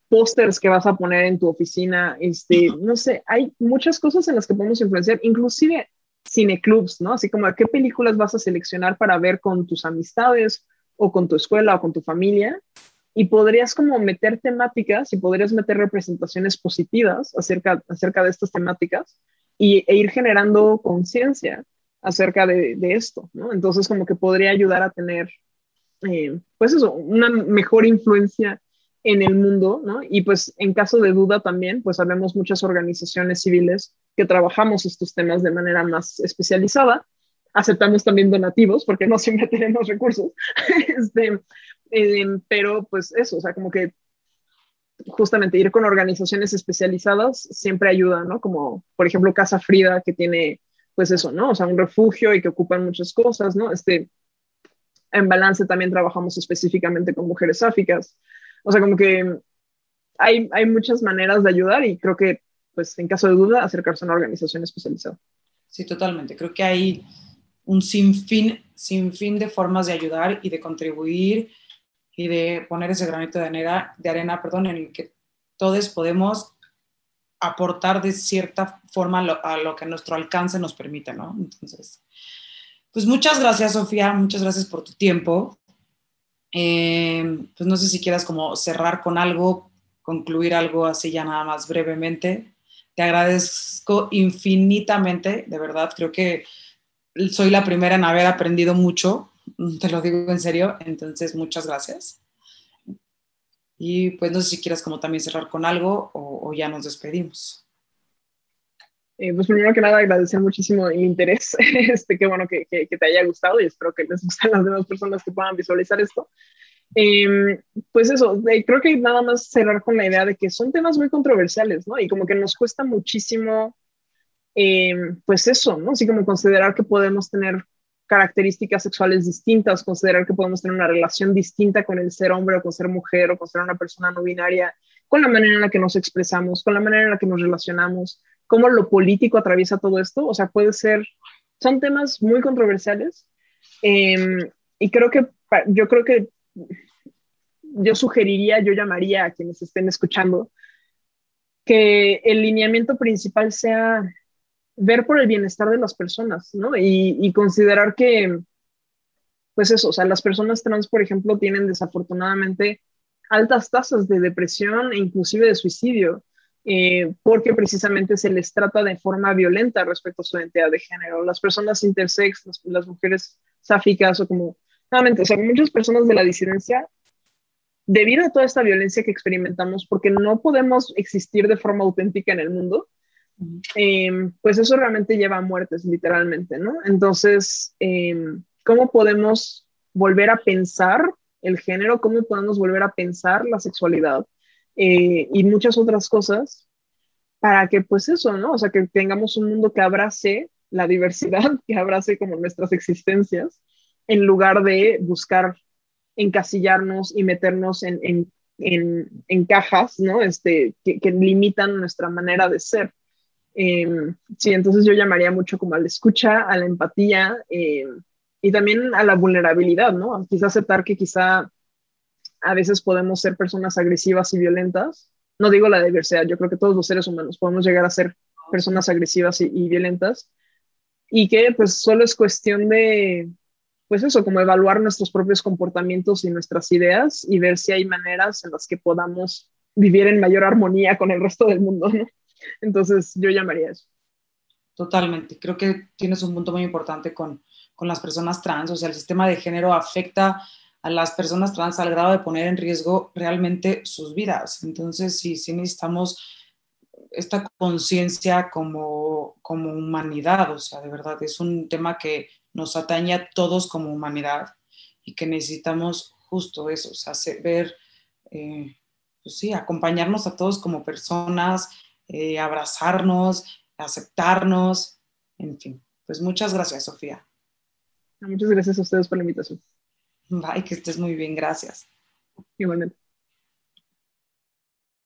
pósters que vas a poner en tu oficina, este, no sé, hay muchas cosas en las que podemos influenciar, inclusive cineclubs, ¿no? Así como qué películas vas a seleccionar para ver con tus amistades o con tu escuela o con tu familia, y podrías como meter temáticas y podrías meter representaciones positivas acerca, acerca de estas temáticas y, e ir generando conciencia acerca de, de esto, ¿no? Entonces como que podría ayudar a tener, eh, pues eso, una mejor influencia en el mundo, ¿no? Y pues en caso de duda también, pues habemos muchas organizaciones civiles que trabajamos estos temas de manera más especializada. Aceptamos también donativos porque no siempre tenemos recursos, este, eh, pero pues eso, o sea, como que justamente ir con organizaciones especializadas siempre ayuda, ¿no? Como por ejemplo Casa Frida, que tiene pues eso, ¿no? O sea, un refugio y que ocupan muchas cosas, ¿no? Este, en Balance también trabajamos específicamente con mujeres sáficas. O sea, como que hay, hay muchas maneras de ayudar y creo que, pues, en caso de duda, acercarse a una organización especializada. Sí, totalmente. Creo que hay un sinfín, sinfín de formas de ayudar y de contribuir y de poner ese granito de arena, de arena, perdón, en el que todos podemos aportar de cierta forma a lo, a lo que nuestro alcance nos permite, ¿no? Entonces, pues muchas gracias, Sofía, muchas gracias por tu tiempo. Eh, pues no sé si quieras como cerrar con algo, concluir algo así ya nada más brevemente. Te agradezco infinitamente, de verdad, creo que soy la primera en haber aprendido mucho, te lo digo en serio, entonces muchas gracias. Y pues no sé si quieras como también cerrar con algo o, o ya nos despedimos. Eh, pues primero que nada agradecer muchísimo el interés, este, qué bueno que, que, que te haya gustado y espero que les gusten las demás personas que puedan visualizar esto. Eh, pues eso, eh, creo que nada más cerrar con la idea de que son temas muy controversiales, ¿no? Y como que nos cuesta muchísimo, eh, pues eso, ¿no? Así como considerar que podemos tener características sexuales distintas, considerar que podemos tener una relación distinta con el ser hombre o con ser mujer o con ser una persona no binaria, con la manera en la que nos expresamos, con la manera en la que nos relacionamos, cómo lo político atraviesa todo esto. O sea, puede ser, son temas muy controversiales, eh, y creo que, yo creo que yo sugeriría, yo llamaría a quienes estén escuchando que el lineamiento principal sea ver por el bienestar de las personas, ¿no? Y, y considerar que, pues eso, o sea, las personas trans, por ejemplo, tienen desafortunadamente altas tasas de depresión e inclusive de suicidio, eh, porque precisamente se les trata de forma violenta respecto a su identidad de género. Las personas intersex, las, las mujeres sáficas o como, nuevamente, o sea, muchas personas de la disidencia, debido a toda esta violencia que experimentamos, porque no podemos existir de forma auténtica en el mundo, eh, pues eso realmente lleva a muertes, literalmente, ¿no? Entonces, eh, ¿cómo podemos volver a pensar el género? ¿Cómo podemos volver a pensar la sexualidad? Eh, y muchas otras cosas para que, pues eso, ¿no? O sea, que tengamos un mundo que abrace la diversidad, que abrace como nuestras existencias, en lugar de buscar encasillarnos y meternos en, en, en, en cajas, ¿no? Este, que, que limitan nuestra manera de ser. Eh, sí, entonces yo llamaría mucho como a la escucha, a la empatía, eh, y también a la vulnerabilidad, ¿no? Quizá aceptar que quizá a veces podemos ser personas agresivas y violentas. No digo la diversidad, yo creo que todos los seres humanos podemos llegar a ser personas agresivas y, y violentas, y que pues solo es cuestión de, pues eso, como evaluar nuestros propios comportamientos y nuestras ideas y ver si hay maneras en las que podamos vivir en mayor armonía con el resto del mundo, ¿no? Entonces yo llamaría eso. Totalmente, creo que tienes un punto muy importante con, con las personas trans, o sea, el sistema de género afecta a las personas trans al grado de poner en riesgo realmente sus vidas. Entonces sí, sí necesitamos esta conciencia como, como humanidad, o sea, de verdad es un tema que nos atañe a todos como humanidad y que necesitamos justo eso, o sea, ver, eh, pues sí, acompañarnos a todos como personas, eh, abrazarnos, aceptarnos, en fin. Pues muchas gracias, Sofía. Muchas gracias a ustedes por la invitación. Bye, que estés muy bien, gracias. Igualmente.